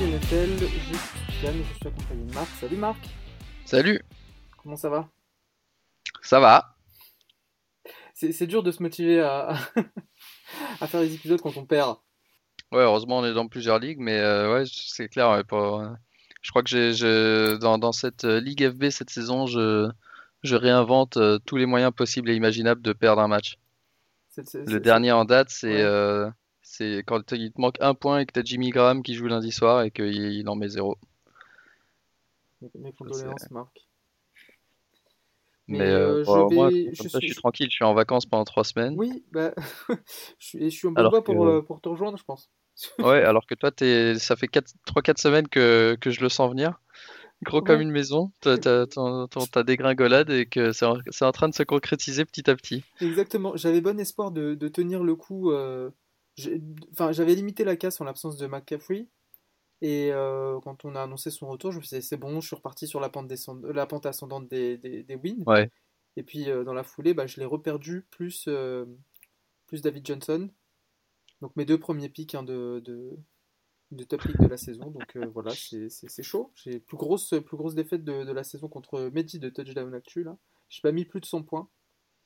NFL, je suis Yann et je suis accompagné de Marc. Salut Marc, Salut, comment ça va? ça va? C'est dur de se motiver à faire des épisodes quand on perd. Ouais, heureusement on est dans plusieurs ligues, mais ouais, c'est clair. Ouais, je crois que dans cette ligue FB cette saison, je réinvente tous les moyens possibles et imaginables de perdre un match. Le dernier en date, Ouais, c'est quand il te manque un point et que t'as Jimmy Graham qui joue lundi soir et qu'il en met zéro. mes Ça, c'est- condoléances Marc. Mais Mais je bon, moi, vais, comme ça, je suis tranquille. Je suis en vacances pendant 3 semaines. oui, bah, je suis en bonne Alors voie que, pour te rejoindre, je pense. ouais, alors que toi, ça fait 3-4 semaines que je le sens venir. Gros comme Ouais, une maison, ta dégringolade et que c'est en train de se concrétiser petit à petit. exactement. J'avais bon espoir de tenir le coup. J'ai- Enfin, j'avais limité la casse en l'absence de McCaffrey. Et quand on a annoncé son retour, je me suis dit, c'est bon, je suis reparti sur la pente ascendante des wins. Ouais. Et puis dans la foulée, bah, je l'ai reperdu, plus David Johnson. Donc mes deux premiers picks, hein, de top pick de la saison. Donc voilà, c'est chaud. J'ai plus grosse défaite de la saison contre Mehdi de Touchdown Actu, là. J'ai pas mis plus de 100 points.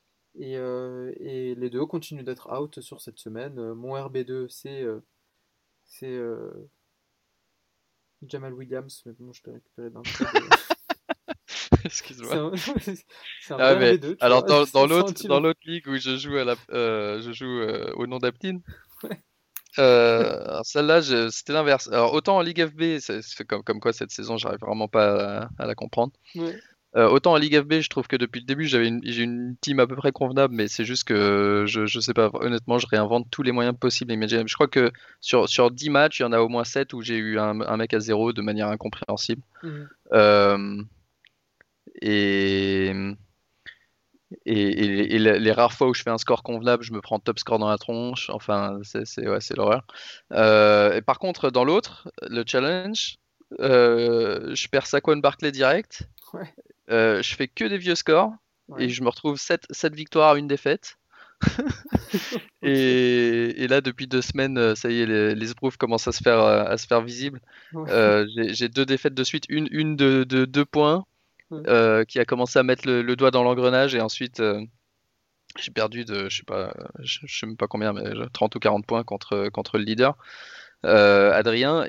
Et les deux continuent d'être out sur cette semaine. Mon RB2, c'est Jamal Williams, mais bon, je l'ai récupéré d'un trade. C'est Excuse-moi. un, c'est un Ah vrai mais RB2, tu alors vois. dans C'est l'autre un petit dans nom. l'autre ligue où je joue au nom d'Aptine. Ouais. Alors celle-là, c'était l'inverse. Alors autant en Ligue FB, c'est comme quoi cette saison, j'arrive vraiment pas à la comprendre. Ouais. Autant en Ligue FB, je trouve que depuis le début, j'ai une team à peu près convenable, mais c'est juste que je sais pas, honnêtement, je réinvente tous les moyens possibles et imaginables. Je crois que sur 10 matchs, il y en a au moins 7 où j'ai eu un mec à zéro de manière incompréhensible. Mhm. Euh, et, et les rares fois où je fais un score convenable, je me prends top score dans la tronche. Enfin, ouais, c'est l'horreur. Et par contre, dans l'autre, le challenge, je perds Saquon Barkley direct. Ouais. Je fais que des vieux scores et Ouais. je me retrouve 7 victoires à une défaite. Ok. Et là, depuis 2 semaines, ça y est, les sbroufs commencent à se faire visibles. Ouais. J'ai deux défaites de suite, une de 2 points Ouais. qui a commencé à mettre le doigt dans l'engrenage et ensuite j'ai perdu de, je sais pas, je sais même pas combien, mais 30 ou 40 points contre le leader, Adrien.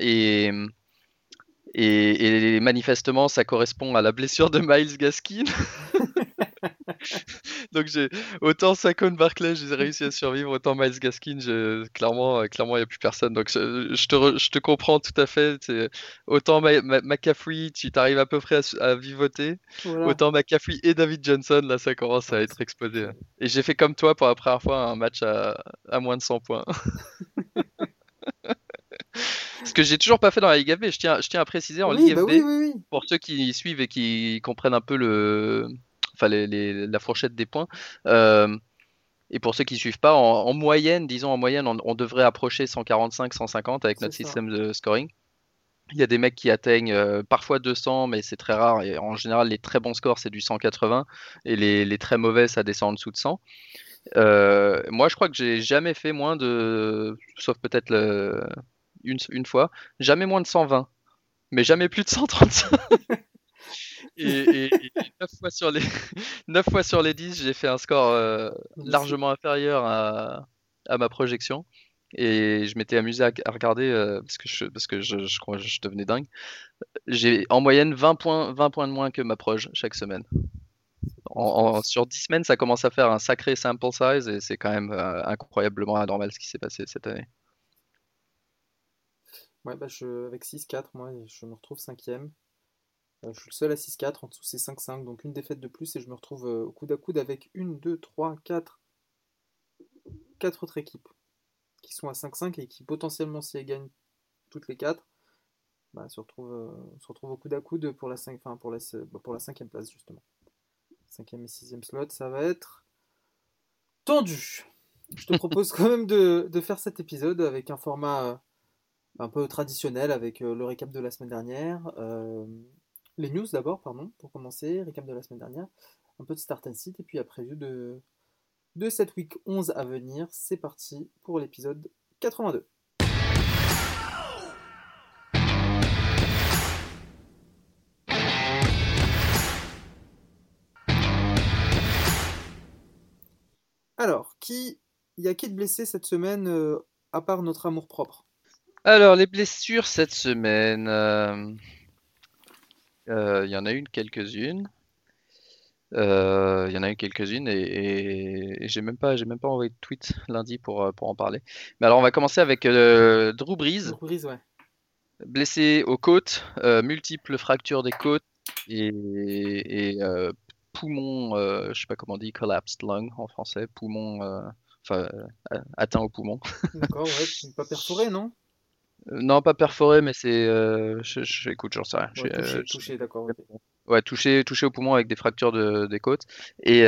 Et manifestement, ça correspond à la blessure de Miles Gaskin. Donc autant Saquon Barkley, j'ai réussi à survivre, autant Miles Gaskin, clairement, il n'y a plus personne. Donc je te comprends tout à fait. Autant McCaffrey, tu t'arrives à peu près à vivoter, Voilà. autant McCaffrey et David Johnson, là, ça commence à Ouais, être explosé. Et j'ai fait comme toi pour la première fois un match à moins de 100 points. Ce que j'ai toujours pas fait dans la Ligue FB, je tiens à préciser en oui, Ligue bah oui, FB, oui, pour ceux qui suivent et qui comprennent un peu enfin, la fourchette des points. euh, Et pour ceux qui suivent pas, en moyenne, disons en moyenne, on devrait approcher 145, 150 avec c'est notre ça. système de scoring. Il y a des mecs qui atteignent parfois 200, mais c'est très rare. Et en général, les très bons scores, c'est du 180. Et les très mauvais, ça descend en dessous de 100. Moi, je crois que j'ai jamais fait moins de, sauf peut-être une fois, jamais moins de 120, mais jamais plus de 135. Et 9 fois sur les 9 fois sur les 10, j'ai fait un score Non, mais largement inférieur à ma projection. Et je m'étais amusé à regarder parce que je crois que je devenais dingue. J'ai en moyenne 20 points de moins que ma proj chaque semaine. Sur 10 semaines, ça commence à faire un sacré sample size et c'est quand même incroyablement anormal ce qui s'est passé cette année. ouais, bah avec 6-4, moi, je me retrouve cinquième. Je suis le seul à 6-4, en dessous c'est 5-5, donc une défaite de plus et je me retrouve au coude à coude avec une, 2, 3, 4 autres équipes qui sont à 5-5 et qui potentiellement, si elles gagnent toutes les 4, bah, se retrouvent au coude à coude pour enfin, pour la cinquième place, justement. Cinquième et sixième slot, ça va être tendu. Je te propose quand même de faire cet épisode avec un format un peu traditionnel, avec le récap de la semaine dernière. Les news d'abord, pardon, pour commencer. Récap de la semaine dernière. Un peu de start and sit, et puis après preview de cette week 11 à venir. C'est parti pour l'épisode 82. Alors, il y a qui de blessé cette semaine à part notre amour-propre? Alors, les blessures cette semaine, il y en a eu quelques-unes. Il y en a eu quelques-unes et j'ai même pas envoyé de tweet lundi pour en parler. Mais alors, on va commencer avec Drew Brees, Drew Brees, ouais. blessé aux côtes, multiples fractures des côtes et poumon, je sais pas comment on dit, collapsed lung en français, poumon, enfin, atteint au poumon. D'accord, ouais. Pas perforé, non? Non, pas perforé, mais c'est, écoute, j'en sais rien. Ouais, touché, d'accord, ok. Ouais, touché au poumon avec des fractures des côtes. Et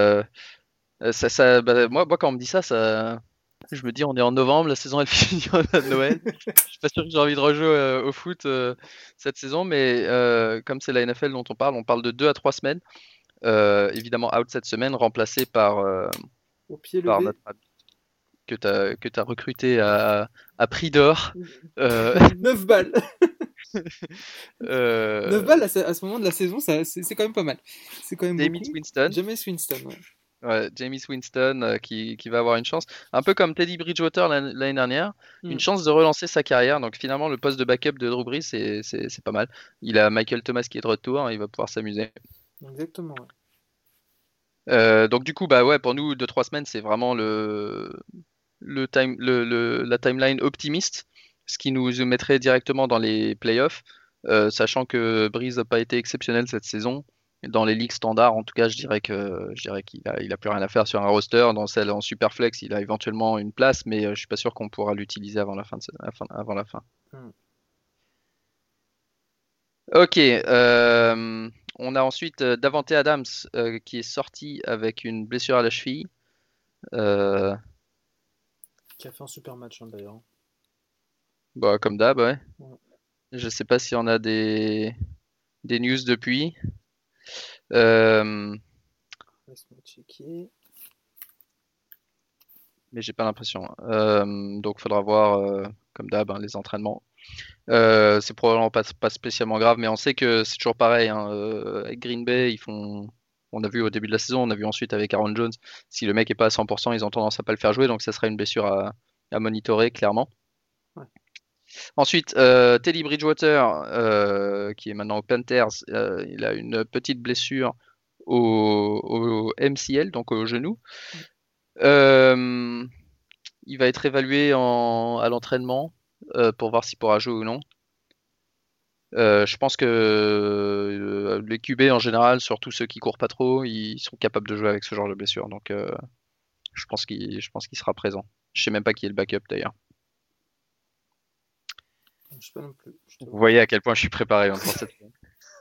moi, quand on me dit ça, je me dis, on est en novembre, la saison elle finit à Noël. Je suis pas sûr que j'ai envie de rejouer au foot cette saison, mais comme c'est la NFL dont on parle de 2 à 3 semaines. Évidemment, out cette semaine, remplacé Au pied par levé. notre ami que t'as recruté à prix d'or. Euh, 9 balles. 9 euh, balles à ce moment de la saison, c'est quand même pas mal. C'est quand même Jameis beaucoup. Winston. Jameis Winston, ouais. Ouais, Jameis Winston qui va avoir une chance, un peu comme Teddy Bridgewater l'année dernière, une Hmm, chance de relancer sa carrière. Donc finalement, le poste de backup de Drew Brees, c'est pas mal. Il a Michael Thomas qui est de retour, hein, il va pouvoir s'amuser. exactement, ouais. Donc du coup, bah ouais, pour nous, 2 3 semaines, c'est vraiment la timeline optimiste, ce qui nous mettrait directement dans les playoffs, sachant que Breeze n'a pas été exceptionnel cette saison. Dans les ligues standards, en tout cas, je dirais qu'il a plus rien à faire sur un roster. Dans celle en Superflex, il a éventuellement une place, mais je suis pas sûr qu'on pourra l'utiliser avant la fin avant la fin. Hmm. Ok, on a ensuite Davante Adams qui est sorti avec une blessure à la cheville. Euh, Qui a fait un super match, hein, d'ailleurs. Bah, comme d'hab, ouais. Ouais. Je sais pas si on a des news depuis. Euh, Laisse-moi checker. mais j'ai pas l'impression. Donc faudra voir, comme d'hab, hein, les entraînements. C'est probablement pas spécialement grave, mais on sait que c'est toujours pareil, hein, avec Green Bay, on a vu au début de la saison, on a vu ensuite avec Aaron Jones, si le mec est pas à 100%, ils ont tendance à pas le faire jouer, donc ça sera une blessure à monitorer clairement. Ouais. Ensuite, Teddy Bridgewater, qui est maintenant aux Panthers, il a une petite blessure au MCL, donc au genou. Euh, il va être évalué à l'entraînement pour voir s'il pourra jouer ou non. Je pense que les QB en général, surtout ceux qui courent pas trop, ils sont capables de jouer avec ce genre de blessure. Donc je pense qu'il sera présent. Je sais même pas qui est le backup d'ailleurs. Je sais pas non plus, je Vous t'avoue. voyez à quel point je suis préparé pour cette semaine.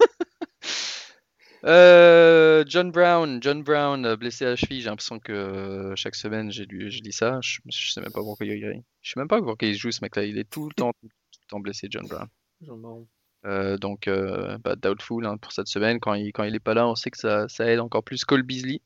John Brown, blessé à la cheville. J'ai l'impression que chaque semaine je lis ça. Je sais même pas pourquoi je sais même pas pourquoi il joue ce mec-là. Il est tout le temps blessé, John Brown. Genre marrant. Donc bah, doubtful, hein, pour cette semaine. Quand il est pas là, on sait que ça aide encore plus Cole Beasley.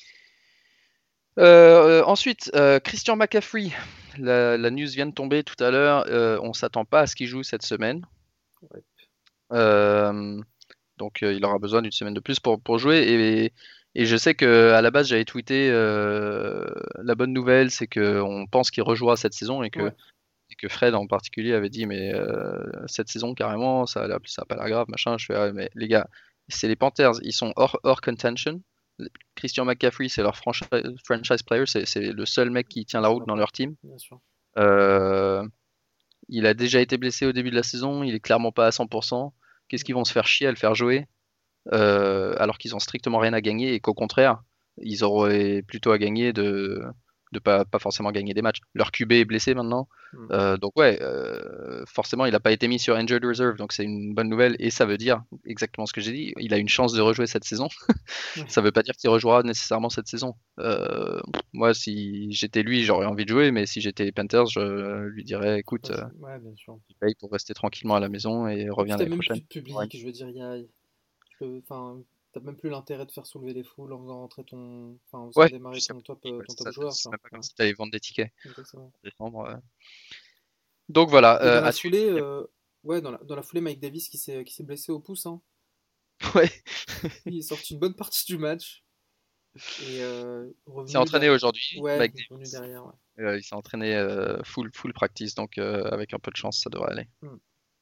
Ensuite, Christian McCaffrey. La news vient de tomber tout à l'heure. On s'attend pas à ce qu'il joue cette semaine. Ouais. Euh, Donc il aura besoin d'une semaine de plus pour jouer. Et je sais que à la base j'avais tweeté la bonne nouvelle, c'est qu'on pense qu'il rejouera cette saison Ouais. et que Fred en particulier avait dit mais cette saison carrément ça a pas l'air grave machin. Je fais ah, mais les gars, c'est les Panthers, ils sont hors contention. Christian McCaffrey c'est leur franchise player, c'est le seul mec qui tient la Ça route va dans pas. leur team. Bien sûr. Euh, il a déjà été blessé au début de la saison, il est clairement pas à 100%. Qu'est-ce qu'ils vont se faire chier à le faire jouer? Alors qu'ils ont strictement rien à gagner et qu'au contraire, ils auraient plutôt à gagner de pas forcément gagner des matchs. Leur QB est blessé maintenant, Hmm. donc ouais, forcément il n'a pas été mis sur injured reserve, donc c'est une bonne nouvelle et ça veut dire exactement ce que j'ai dit. Il a une chance de rejouer cette saison. Ouais. Ça veut pas dire qu'il rejouera nécessairement cette saison. Moi, si j'étais lui, j'aurais envie de jouer, mais si j'étais les Panthers, je lui dirais, écoute, Ouais, bien sûr. tu payes pour rester tranquillement à la maison et Et puis reviens t'as l'année même plus prochaine. de Ouais. public, je veux dire, enfin, t'as même plus l'intérêt de faire soulever les foules en faisant rentrer en faisant Ouais, démarrer puis ton top, ton top joueur, tu c'est vois. même pas comme Enfin, si tu allais vendre des tickets exactement. en décembre. Donc voilà, Et dans la à suivre. foulée, ouais, dans la foulée, Mike Davis qui s'est blessé au pouce, hein. Ouais, Il est sorti une bonne partie du match. Et Il s'est revenu entraîné derrière. aujourd'hui, Ouais, Mike il est revenu Davis. derrière, ouais. Il s'est entraîné full practice, donc avec un peu de chance, ça devrait aller. Hmm.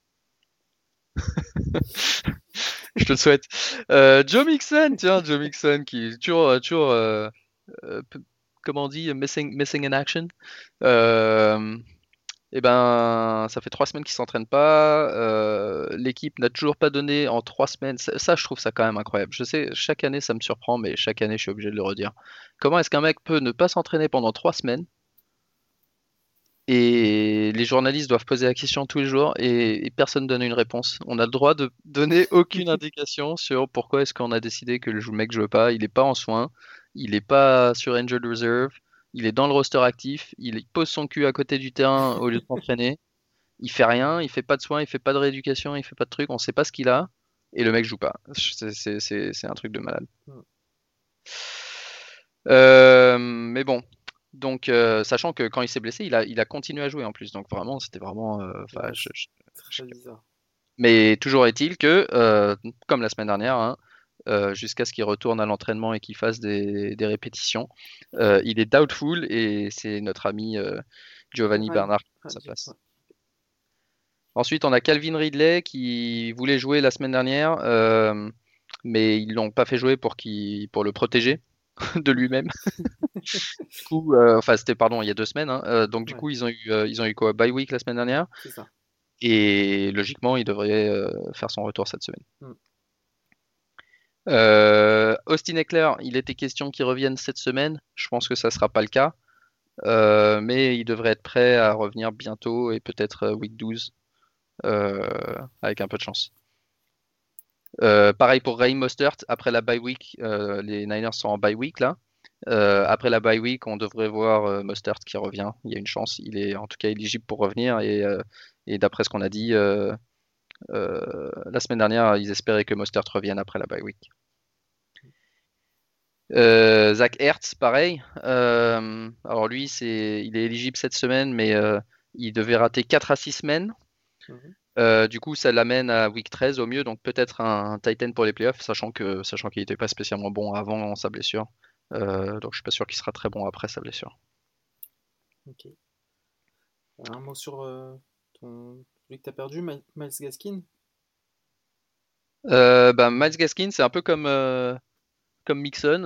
Je te le souhaite. Joe Mixon, tiens, Joe Mixon qui est toujours euh, p- comment on dit, missing in action. Euh, et ben, ça fait 3 semaines qu'il s'entraîne pas. L'équipe n'a toujours pas donné en 3 semaines. Ça, je trouve ça quand même incroyable. Je sais, chaque année, ça me surprend, mais chaque année, je suis obligé de le redire. Comment est-ce qu'un mec peut ne pas s'entraîner pendant 3 semaines et les journalistes doivent poser la question tous les jours et personne ne donne une réponse. On a le droit de donner aucune indication sur pourquoi est-ce qu'on a décidé que le mec joue pas. Il n'est pas en soins, il n'est pas sur Injured Reserve, il est dans le roster actif, il pose son cul à côté du terrain au lieu de s'entraîner. Il fait rien, il fait pas de soins, il fait pas de rééducation, il fait pas de trucs, on sait pas ce qu'il a et le mec joue pas. C'est un truc de malade. Hmm. Mais bon, donc sachant que quand il s'est blessé, il a continué à jouer en plus. Donc vraiment, c'était vraiment. Enfin, Ouais, c'est très bizarre. Mais toujours est-il que, comme la semaine dernière, hein, jusqu'à ce qu'il retourne à l'entraînement et qu'il fasse des répétitions, il est doubtful et c'est notre ami Giovanni Ouais, Bernard qui prend sa place. Ensuite, on a Calvin Ridley qui voulait jouer la semaine dernière, mais ils l'ont pas fait jouer pour le protéger de lui-même. Du coup, enfin, c'était, pardon, il y a 2 semaines, hein. Donc, du ouais, coup, ils ont eu quoi? Bye week la semaine dernière. c'est ça. Et logiquement, il devrait faire son retour cette semaine. Hmm. Austin Eckler, il était question qu'il revienne cette semaine. Je pense que ça sera pas le cas. Mais il devrait être prêt à revenir bientôt et peut-être week 12 euh, avec un peu de chance. Pareil pour Raheem Mostert, après la bye week, les Niners sont en bye week là. Après la bye week, on devrait voir Mostert qui revient. Il y a une chance. Il est en tout cas éligible pour revenir. Et d'après ce qu'on a dit la semaine dernière, ils espéraient que Mostert revienne après la bye week. Zach Ertz, pareil. Alors lui, il est éligible cette semaine, mais il devait rater 4 à 6 semaines. Mhm. Du coup, ça l'amène à week 13 au mieux, donc peut-être un Titan pour les playoffs, sachant qu'il n'était pas spécialement bon avant sa blessure. Donc je suis pas sûr qu'il sera très bon après sa blessure. Ok. Un mot sur celui que tu as perdu, Miles Gaskin. Miles Gaskin, c'est un peu comme Mixon,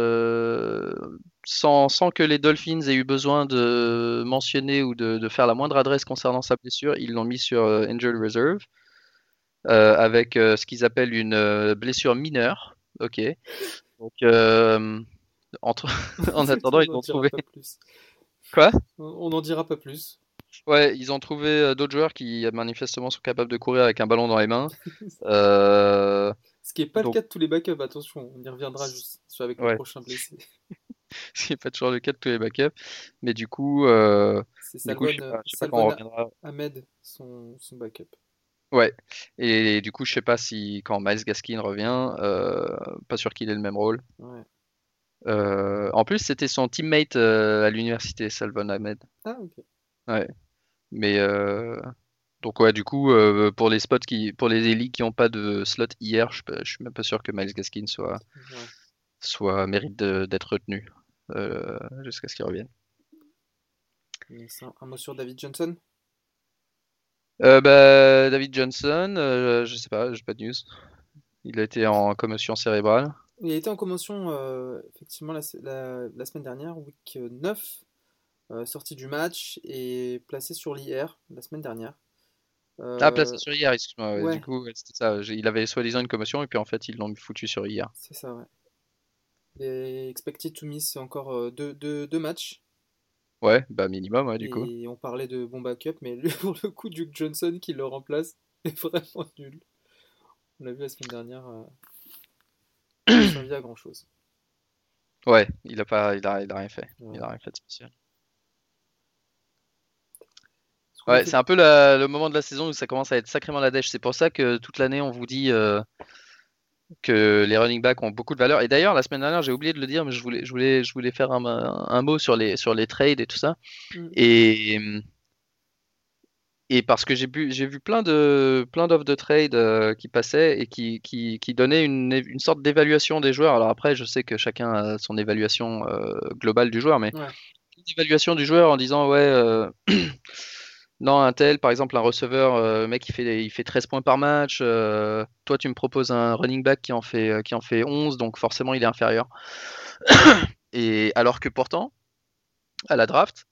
sans que les Dolphins aient eu besoin de mentionner ou de faire la moindre adresse concernant sa blessure, ils l'ont mis sur Injured Reserve avec ce qu'ils appellent une blessure mineure. Ok. Donc, entre... en attendant, On ils n'en ont dira trouvé pas plus. quoi? On n'en dira pas plus. Ouais, ils ont trouvé d'autres joueurs qui manifestement sont capables de courir avec un ballon dans les mains. Euh, Ce qui n'est pas le donc, cas de tous les backups, attention, on y reviendra juste avec le ouais, prochain blessé. ce qui n'est pas toujours le cas de tous les backups. Mais C'est je sais pas, je sais pas quand on Salvon reviendra. Ahmed, son backup. Ouais. Et du coup, je sais pas si quand Miles Gaskin revient, pas sûr qu'il ait le même rôle. Ouais. En plus, c'était son teammate à l'université, Salvon Ahmed. Ah, ok. Ouais. Mais donc ouais, du coup, pour les ligues qui n'ont pas de slot hier, je suis même pas sûr que Miles Gaskin Ouais. mérite d'être retenu jusqu'à ce qu'il revienne. Yes, un mot sur David Johnson. David Johnson, je sais pas, j'ai pas de news. Il a été en commotion cérébrale. Il a été en commotion effectivement la semaine dernière, week 9, sorti du match et placé sur l'IR la semaine dernière. Ah, placé Euh, sur hier, excuse-moi. Ouais, du ouais, coup, ouais, c'était ça. Il avait soi-disant une commotion et puis en fait, ils l'ont foutu sur hier. c'est ça, ouais. Il est expected to miss encore deux matchs. Ouais, bah minimum, ouais, du coup. Et on parlait de bon backup, mais lui, pour le coup, Duke Johnson qui le remplace est vraiment nul. On l'a vu la semaine dernière, pas servi à grand chose. Ouais, il a rien fait. Il a Ouais. rien fait de spécial. Ce qu'on a Ouais, fait. c'est un peu le moment de la saison où ça commence à être sacrément la dèche. C'est pour ça que toute l'année, on vous dit que les running backs ont beaucoup de valeur. Et d'ailleurs, la semaine dernière, j'ai oublié de le dire, mais je voulais faire un mot sur les trades et tout ça. Mm. Et Et parce que j'ai vu plein d'offres de trade qui passaient et qui donnaient une sorte d'évaluation des joueurs. Alors après, je sais que chacun a son évaluation globale du joueur, mais Ouais. une évaluation du joueur en disant ouais, non, un tel, par exemple, un receveur, mec, il fait 13 points par match. Toi, tu me proposes un running back qui en fait 11, donc forcément, il est inférieur. Et alors que pourtant, à la draft,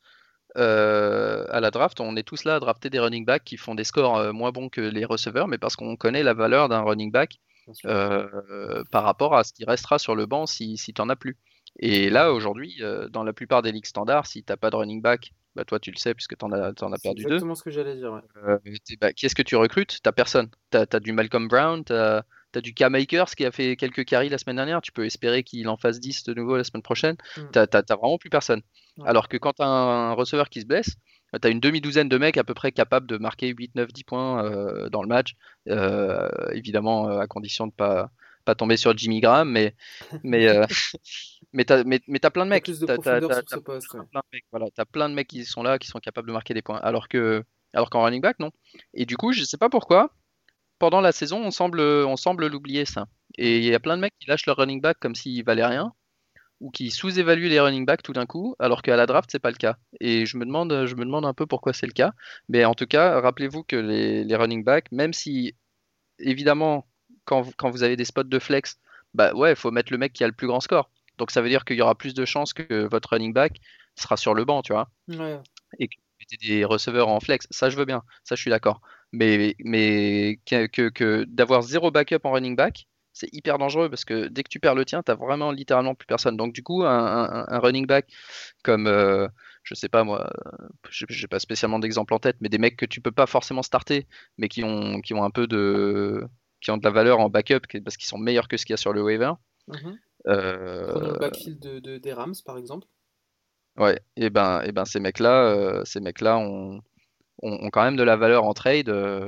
on est tous là à drafter des running backs qui font des scores moins bons que les receveurs, mais parce qu'on connaît la valeur d'un running back Bien sûr. par rapport à ce qui restera sur le banc si tu n'en as plus. Et là, aujourd'hui, dans la plupart des ligues standards, si t'as pas de running back, bah toi tu le sais puisque t'en as C'est perdu deux. exactement ce que j'allais dire. Ouais. Qui est-ce que tu recrutes? T'as personne. T'as du Malcolm Brown, t'as du Cam Akers qui a fait quelques carries la semaine dernière. Tu peux espérer qu'il en fasse 10 de nouveau la semaine prochaine. Mm. T'as vraiment plus personne. Ouais. Alors que quand t'as un receveur qui se blesse, t'as une demi-douzaine de mecs à peu près capables de marquer 8, 9, 10 points dans le match. Évidemment, à condition de pas tomber sur Jimmy Graham, mais, mais t'as plein de T'as mecs. plus de profondeur T'as sur ce poste. Ouais. plein de mecs. Voilà, t'as plein de mecs qui sont là, qui sont capables de marquer des points. Alors qu'en running back, non. Et du coup, je sais pas pourquoi, pendant la saison, on semble l'oublier ça. Et Mm. il y a plein de mecs qui lâchent leur running back comme s'ils valaient rien, ou qui sous-évaluent les running backs tout d'un coup, alors qu'à la draft, c'est pas le cas. Et je me demande un peu pourquoi c'est le cas. Mais en tout cas, rappelez-vous que les running backs, même si, évidemment, quand vous avez des spots de flex, bah ouais, il faut mettre le mec qui a le plus grand score. Donc ça veut dire qu'il y aura plus de chances que votre running back sera sur le banc, tu vois, Ouais. et que vous mettez des receveurs en flex. Ça, je veux bien. Ça, je suis d'accord. Mais d'avoir zéro backup en running back, c'est hyper dangereux parce que dès que tu perds le tien, t'as vraiment littéralement plus personne. Donc du coup, un running back comme, je sais pas moi, j'ai pas spécialement d'exemple en tête, mais des mecs que tu peux pas forcément starter, mais qui ont un peu qui ont de la valeur en backup parce qu'ils sont meilleurs que ce qu'il y a sur le waiver. Mhm. Prenons le Euh, backfield des Rams, par exemple. ouais, et ben ces mecs-là ont quand même de la valeur en trade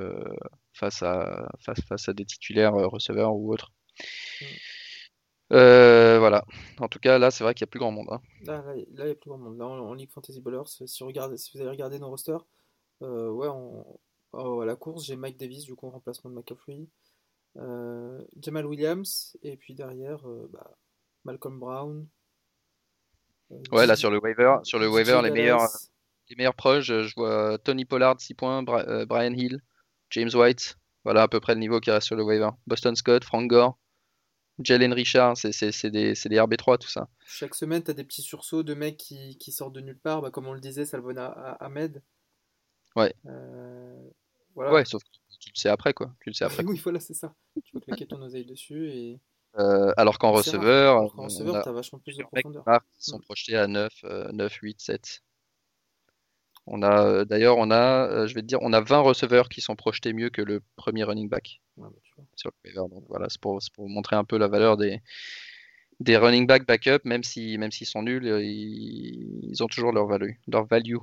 face à des titulaires receveurs ou autres. Mm. Voilà. En tout cas, là, c'est vrai qu'il y a plus grand monde, hein. Il y a plus grand monde. Là, en League Fantasy Ballers, si vous avez regardé nos rosters, ouais, à la course, j'ai Mike Davis, du coup, en remplacement de McCaffrey. Jamal Williams, et puis derrière, Malcolm Brown, Ouais, là sur le waiver, DJ Dallas. les meilleurs proches, je vois Tony Pollard 6 points, Brian Hill, James White. Voilà à peu près le niveau qui reste sur le waiver. Boston Scott, Frank Gore, Jalen Richard, c'est des RB3 tout ça. Chaque semaine, tu as des petits sursauts de mecs qui sortent de nulle part, comme on le disait, Salvon Ahmed. Ouais, Euh, ouais, voilà. sauf que tu le sais après quoi. Tu le sais après quoi. Oui, voilà, c'est ça. Tu vas claquer ton oseille dessus Alors qu'en et c'est rare. receveur, Alors qu'en on receveur, a tu as vachement plus de plusieurs mecs profondeur. qui Mm. sont projetés à 9, 9, 8, 7. D'ailleurs, je vais te dire, on a 20 receveurs qui sont projetés mieux que le premier running back Ouais, bah, tu vois. sur le waiver. Donc voilà, c'est pour montrer un peu la valeur des running back backup, même s'ils sont nuls, ils ont toujours leur value.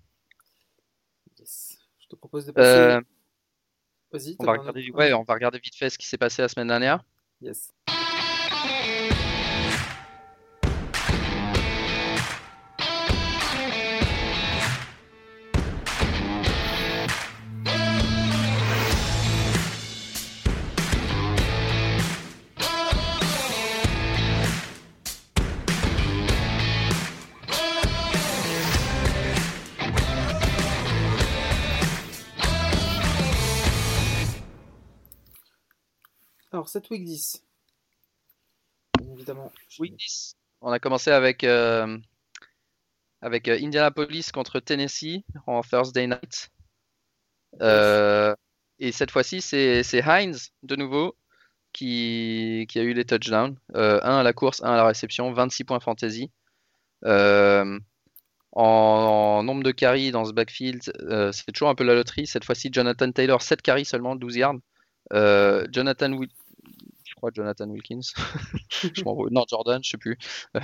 Yes. Je te propose de passer. Euh, Vas-y, on va t'avais un autre. regarder, ouais, on va regarder vite fait ce qui s'est passé la semaine dernière. Yes. Alors, cette week 10, bien évidemment. Week 10. On a commencé avec Indianapolis contre Tennessee en Thursday night. Yes. Euh, et cette fois-ci, c'est Hines de nouveau qui a eu les touchdowns. Un à la course, un à la réception, 26 points fantasy. Euh, en nombre de carries dans ce backfield, c'est toujours un peu la loterie. Cette fois-ci, Jonathan Taylor, 7 carries seulement, 12 yards. Je crois Jonathan Wilkins. Je m'en Non, Jordan, je sais plus.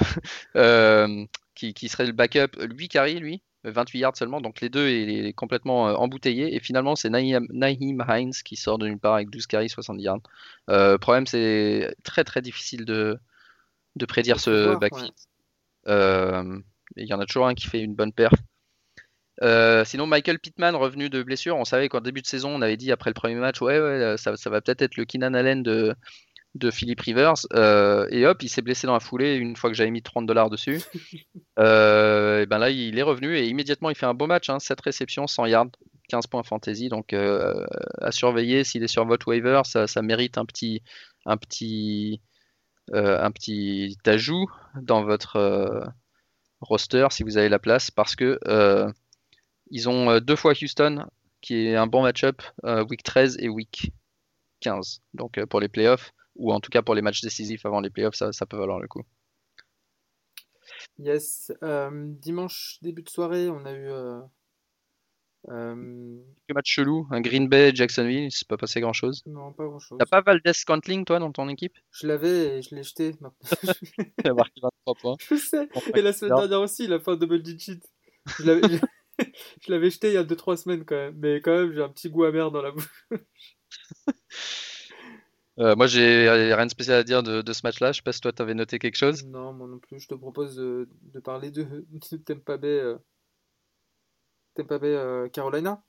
Qui serait le backup. 8 carries, lui. 28 yards seulement. Donc les deux, il est complètement embouteillé. Et finalement, c'est Naheem Hines qui sort de nulle part avec 12 carries, 70 yards. Problème, c'est très très difficile de De prédire ce prévoir, ouais. backfield. Euh, Il y en a toujours un qui fait une bonne perf. Sinon, Michael Pittman revenu de blessure. On savait qu'en début de saison, on avait dit après le premier match, ouais, ça va peut-être être le Keenan Allen de Philip Rivers. Et hop, il s'est blessé dans la foulée une fois que j'avais mis $30 dessus. Et ben là, il est revenu et immédiatement, il fait un beau match, hein, 7 réceptions, 100 yards, 15 points fantasy. Donc, à surveiller s'il est sur votre waiver, ça mérite un petit ajout dans votre roster si vous avez la place parce que ils ont 2 fois Houston qui est un bon match-up, week 13 et week 15. Donc, pour les playoffs ou en tout cas pour les matchs décisifs avant les playoffs, ça peut valoir le coup. Yes. Dimanche, début de soirée, on a eu. Que match chelou, un Green Bay, Jacksonville, il s'est pas passé grand-chose. Non, pas T'as grand-chose. pas Valdez-Scantling, toi, dans ton équipe? Je l'avais et je l'ai jeté. Maintenant. Il a marqué 23 points. Je sais. Contre Et la semaine Packers. dernière aussi, il a fait un double digit. Je l'avais, je l'avais jeté il y a 2-3 semaines quand même. Mais quand même, j'ai un petit goût amer dans la bouche. Moi, j'ai rien de spécial à dire de ce match-là. Je sais pas si toi, t'avais noté quelque chose. Non, moi non plus. Je te propose de parler de Tampa Bay Carolina.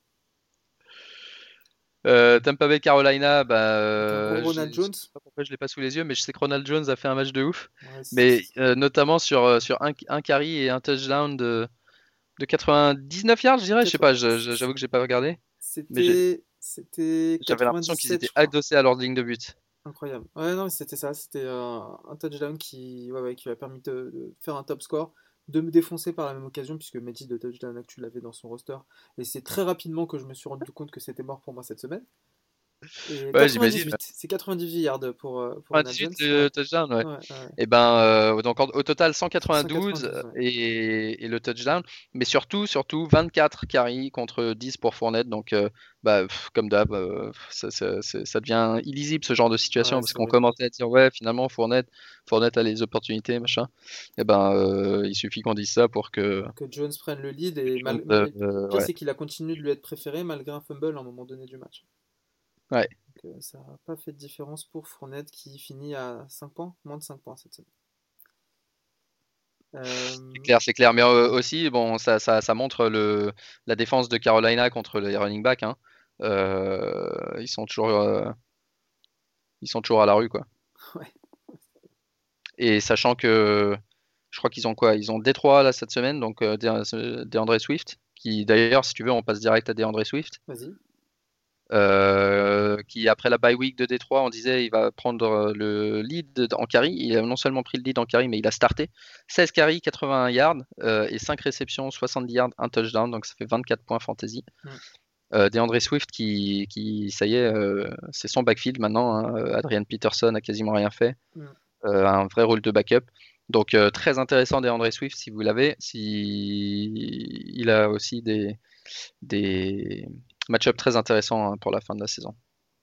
Tampa Bay Carolina, bah, Avec un gros Ronald je sais Jones. pas pourquoi je l'ai pas sous les yeux, mais je sais que Ronald Jones a fait un match de ouf. Ouais, Mais notamment sur un carry et un touchdown de 99 yards, je dirais. Je sais pas, j'avoue que j'ai pas regardé. Mais c'était j'avais l'impression qu'ils 97, étaient je crois. adossés à leur ligne de but. Incroyable. Ouais, non, mais c'était ça. C'était un touchdown qui m'a permis de faire un top score, de me défoncer par la même occasion, puisque Magic de touchdown actuel l'avait dans son roster. Et c'est très rapidement que je me suis rendu compte que c'était mort pour moi cette semaine. Et Ouais, j'imagine. 98, c'est 98 yards pour Ronald Jones. 98 le Ouais, touchdown, ouais. ouais, ouais. Et ben, donc au total 192 192, ouais. et le touchdown, mais surtout 24 carries contre 10 pour Fournette. Donc, comme d'hab, ça devient illisible ce genre de situation Ouais, parce c'est qu'on horrible. commençait à dire ouais, finalement Fournette a les opportunités, machin. Et ben, il suffit qu'on dise ça pour que Pour que Jones prenne le lead. Et, et le pire, ouais, c'est qu'il a continué de lui être préféré malgré un fumble à un moment donné du match. ouais, Donc, ça n'a pas fait de différence pour Fournette qui finit à 5 points, moins de 5 points cette semaine. c'est Euh, clair, c'est clair. Mais aussi, bon, ça montre la défense de Carolina contre les running backs, hein. Ils sont toujours à la rue, quoi. ouais. Et sachant que je crois qu'ils ont quoi? Ils ont Détroit là cette semaine, donc DeAndre Swift, qui d'ailleurs, si tu veux, on passe direct à DeAndre Swift, Vas-y. qui après la bye week de Détroit, on disait il va prendre le lead en carry. Il a non seulement pris le lead en carry, mais il a starté 16 carry, 81 yards et 5 réceptions, 70 yards, un touchdown, donc ça fait 24 points fantasy. Mm. DeAndre Swift ça y est, c'est son backfield maintenant, hein. Adrian Peterson a quasiment rien fait. Mm. Un vrai rôle de backup. Donc très intéressant DeAndre Swift si vous l'avez. Il a aussi des match-ups très intéressants, hein, pour la fin de la saison.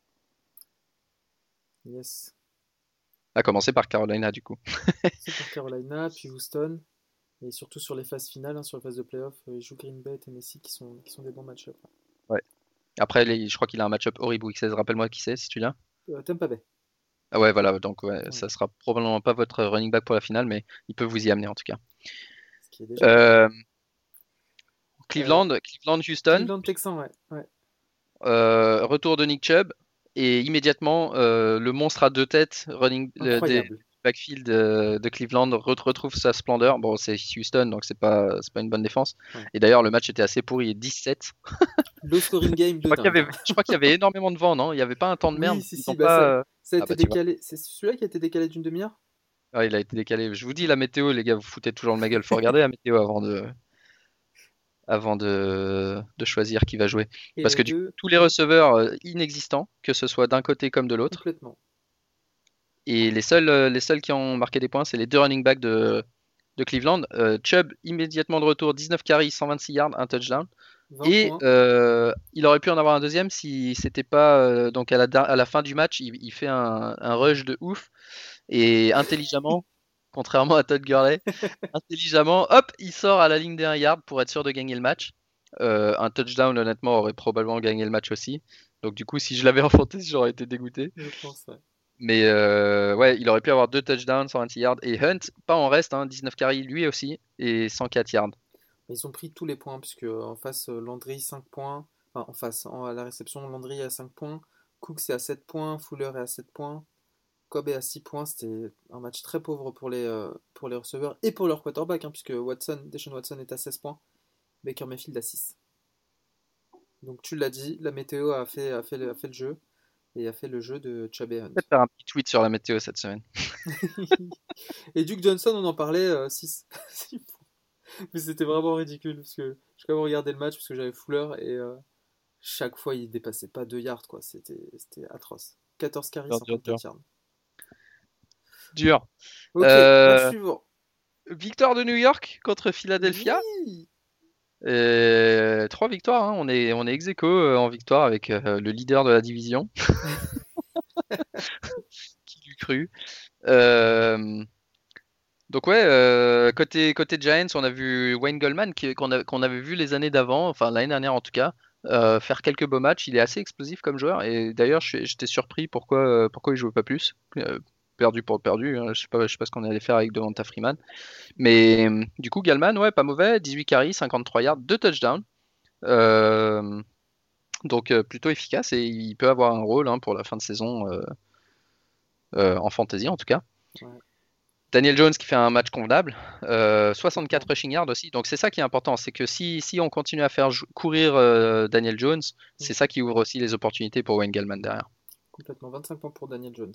Yes. À commencer par Carolina du coup. C'est par Carolina, puis Houston. Et surtout sur les phases finales, hein, sur les phases de playoff, ils jouent Green Bay et Tennessee qui sont des bons match-up. Ouais. Après, je crois qu'il a un match-up horrible week 16. Rappelle-moi qui c'est si tu l'as. Tampa Bay. Ah ouais, voilà. Donc ouais, Ouais. ça sera probablement pas votre running back pour la finale, mais il peut vous y amener en tout cas. Ce qui est déjà pas mal. Euh, Euh, Cleveland, Houston. Cleveland Texans, ouais. Ouais. Retour de Nick Chubb et immédiatement le monstre à 2 têtes des Incroyable. backfield de Cleveland retrouve sa splendeur. Bon, c'est Houston, donc c'est pas une bonne défense. Ouais. Et d'ailleurs, le match était assez pourri, 17. Low scoring game Je de crois qu'il y dingue, avait, hein. je crois qu'il y avait énormément de vent, non? Il n'y avait pas un temps de Oui, merde. si, Ils si, ont bah ça, pas. ça a Ah été bah tu vois. décalé. C'est celui-là qui a été décalé d'une demi-heure? Ah, il a été décalé. Je vous dis la météo, les gars, vous foutez toujours de ma gueule. Faut regarder la météo avant de choisir qui va jouer. Et Parce les que du coup, deux, tous les receveurs inexistants, que ce soit d'un côté comme de l'autre. complètement. Et les seuls qui ont marqué des points, c'est les 2 running backs de Cleveland. Chubb, immédiatement de retour, 19 carries, 126 yards, un touchdown. 20 Et points. il aurait pu en avoir un deuxième si c'était pas. Donc à la fin du match, il fait un rush de ouf. Et intelligemment, contrairement à Todd Gurley, intelligemment, hop, il sort à la ligne des 1 yard pour être sûr de gagner le match. Un touchdown, honnêtement, aurait probablement gagné le match aussi. Donc du coup, si je l'avais en fantasy, j'aurais été dégoûté. Je pense, ouais. Mais ouais, il aurait pu avoir 2 touchdowns, 126 yards. Et Hunt, pas en reste, hein, 19 carries lui aussi, et 104 yards. Ils ont pris tous les points, puisque en face, Landry 5 points. Enfin, en face, à la réception, Landry est à 5 points. Cooks est à 7 points. Fuller est à 7 points. Cobb est à 6 points. C'était un match très pauvre pour les receveurs et pour leur quarterback, hein, puisque Deshaun Watson est à 16 points. Baker Mayfield à 6. Donc tu l'as dit, la météo a fait le jeu. Et a fait le jeu de Chubb et Hunt. Peut-être faire un petit tweet sur la météo cette semaine. Et Duke Johnson, on en parlait 6. Mais c'était vraiment ridicule, parce que j'ai quand même regardé le match, parce que j'avais Fuller, et chaque fois il dépassait pas 2 yards, quoi. C'était atroce. 14 carries, Dur, dur, dur. 54 yards. Dur. Ok, match Euh, suivant. Victoire de New York contre Philadelphia. Oui. 3 victoires, hein. On est ex aequo en victoire avec le leader de la division. Qui l'eût cru. Euh, donc ouais, côté Giants, on a vu Wayne Goldman qu'on avait vu les années d'avant, enfin l'année dernière en tout cas, faire quelques beaux matchs. Il est assez explosif comme joueur et d'ailleurs j'étais surpris pourquoi il jouait pas plus. Perdu pour perdu, hein. Je sais pas ce qu'on allait faire avec Devonta Freeman. Mais du coup Goldman, ouais, pas mauvais, 18 carries, 53 yards, 2 touchdowns. Euh, donc plutôt efficace et il peut avoir un rôle, hein, pour la fin de saison, en fantasy en tout cas. Ouais, Daniel Jones qui fait un match convenable, 64 complètement. rushing yards aussi. Donc c'est ça qui est important, c'est que si on continue à faire courir Daniel Jones, Mm, c'est ça qui ouvre aussi les opportunités pour Wayne Gallman derrière. complètement. 25 points pour Daniel Jones.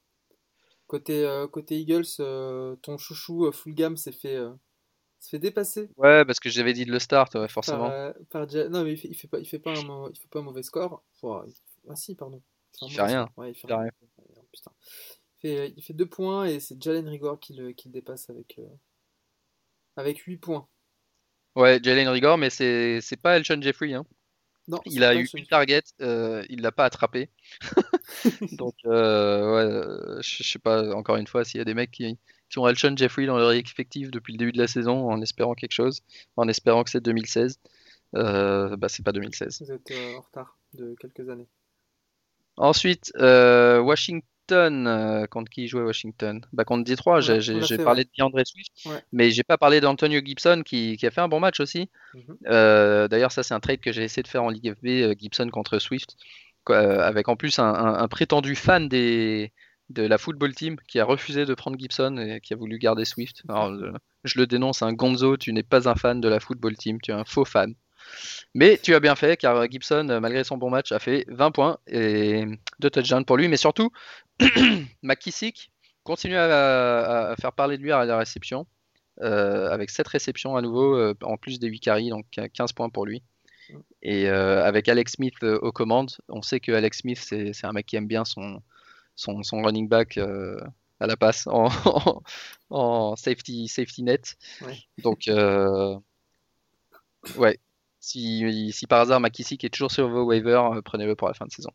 Côté Eagles, ton chouchou Fulgham s'est fait dépasser Ouais, parce que j'avais dit de le start, ouais, forcément. Non, mais il fait pas un mauvais score. Ah si, pardon. Il fait un Il fait mauvais rien. score. Ouais, il fait Il fait rien. rien. Ouais, putain. Il fait 2 points et c'est Jalen Rigor qui le dépasse avec 8 points. Ouais, Jalen Rigor, mais c'est pas Elshon Jeffrey, hein. Non, Il c'est a pas eu Alshon une Jeffrey. target, il l'a pas attrapé. Donc ouais, je sais pas encore une fois s'il y a des mecs qui ont Elshon Jeffrey dans leur effectif depuis le début de la saison en espérant quelque chose, en espérant que c'est 2016. Bah, c'est pas 2016. Vous êtes en retard de quelques années. Ensuite, Washington, contre qui jouait Washington? Bah, contre Détroit, On l'a j'ai fait, ouais. parlé de DeAndre Swift, Ouais. mais j'ai pas parlé d'Antonio Gibson qui a fait un bon match aussi. Mhm. D'ailleurs, ça, c'est un trade que j'ai essayé de faire en Ligue FB, Gibson contre Swift, quoi, avec en plus un prétendu fan de la football team qui a refusé de prendre Gibson et qui a voulu garder Swift. Alors, je le dénonce, un Gonzo, tu n'es pas un fan de la football team, tu es un faux fan. Mais tu as bien fait car Gibson, malgré son bon match, a fait 20 points et 2 touchdowns pour lui. Mais surtout, McKissick continue à faire parler de lui à la réception, avec 7 réceptions à nouveau, en plus des 8 carries, donc 15 points pour lui. Et avec Alex Smith aux commandes, on sait que Alex Smith, c'est un mec qui aime bien son running back, à la passe en safety net. Ouais. Donc, ouais, si par hasard McKissick est toujours sur vos waivers, prenez-le pour la fin de saison.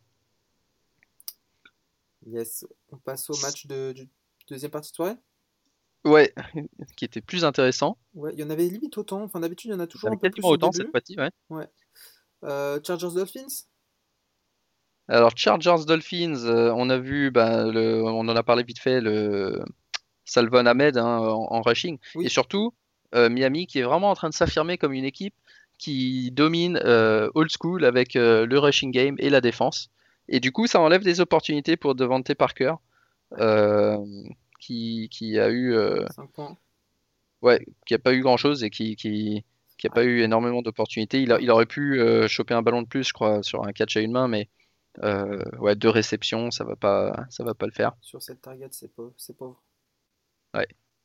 Yes. On passe au match du deuxième partie de soirée. Ouais, qui était plus intéressant. Ouais, il y en avait limite autant. Enfin, d'habitude, il y en a Il y toujours en un avait peu quasiment plus au autant cette début. fois-ci, ouais. Ouais. Chargers Dolphins. Alors, Chargers Dolphins, on a vu, bah, on en a parlé vite fait, le Salvon Ahmed, hein, en rushing. Et Oui. surtout, Miami qui est vraiment en train de s'affirmer comme une équipe qui domine, old school avec le rushing game et la défense. Et du coup, ça enlève des opportunités pour Devontae Parker, euh, qui a eu, 5 points. ouais, qui a pas eu grand-chose et qui a Ouais. pas eu énormément d'opportunités. Il aurait pu choper un ballon de plus, je crois, sur un catch à une main, mais ouais, 2 réceptions, ça va pas le faire. Sur cette target, c'est pauvre. Ouais.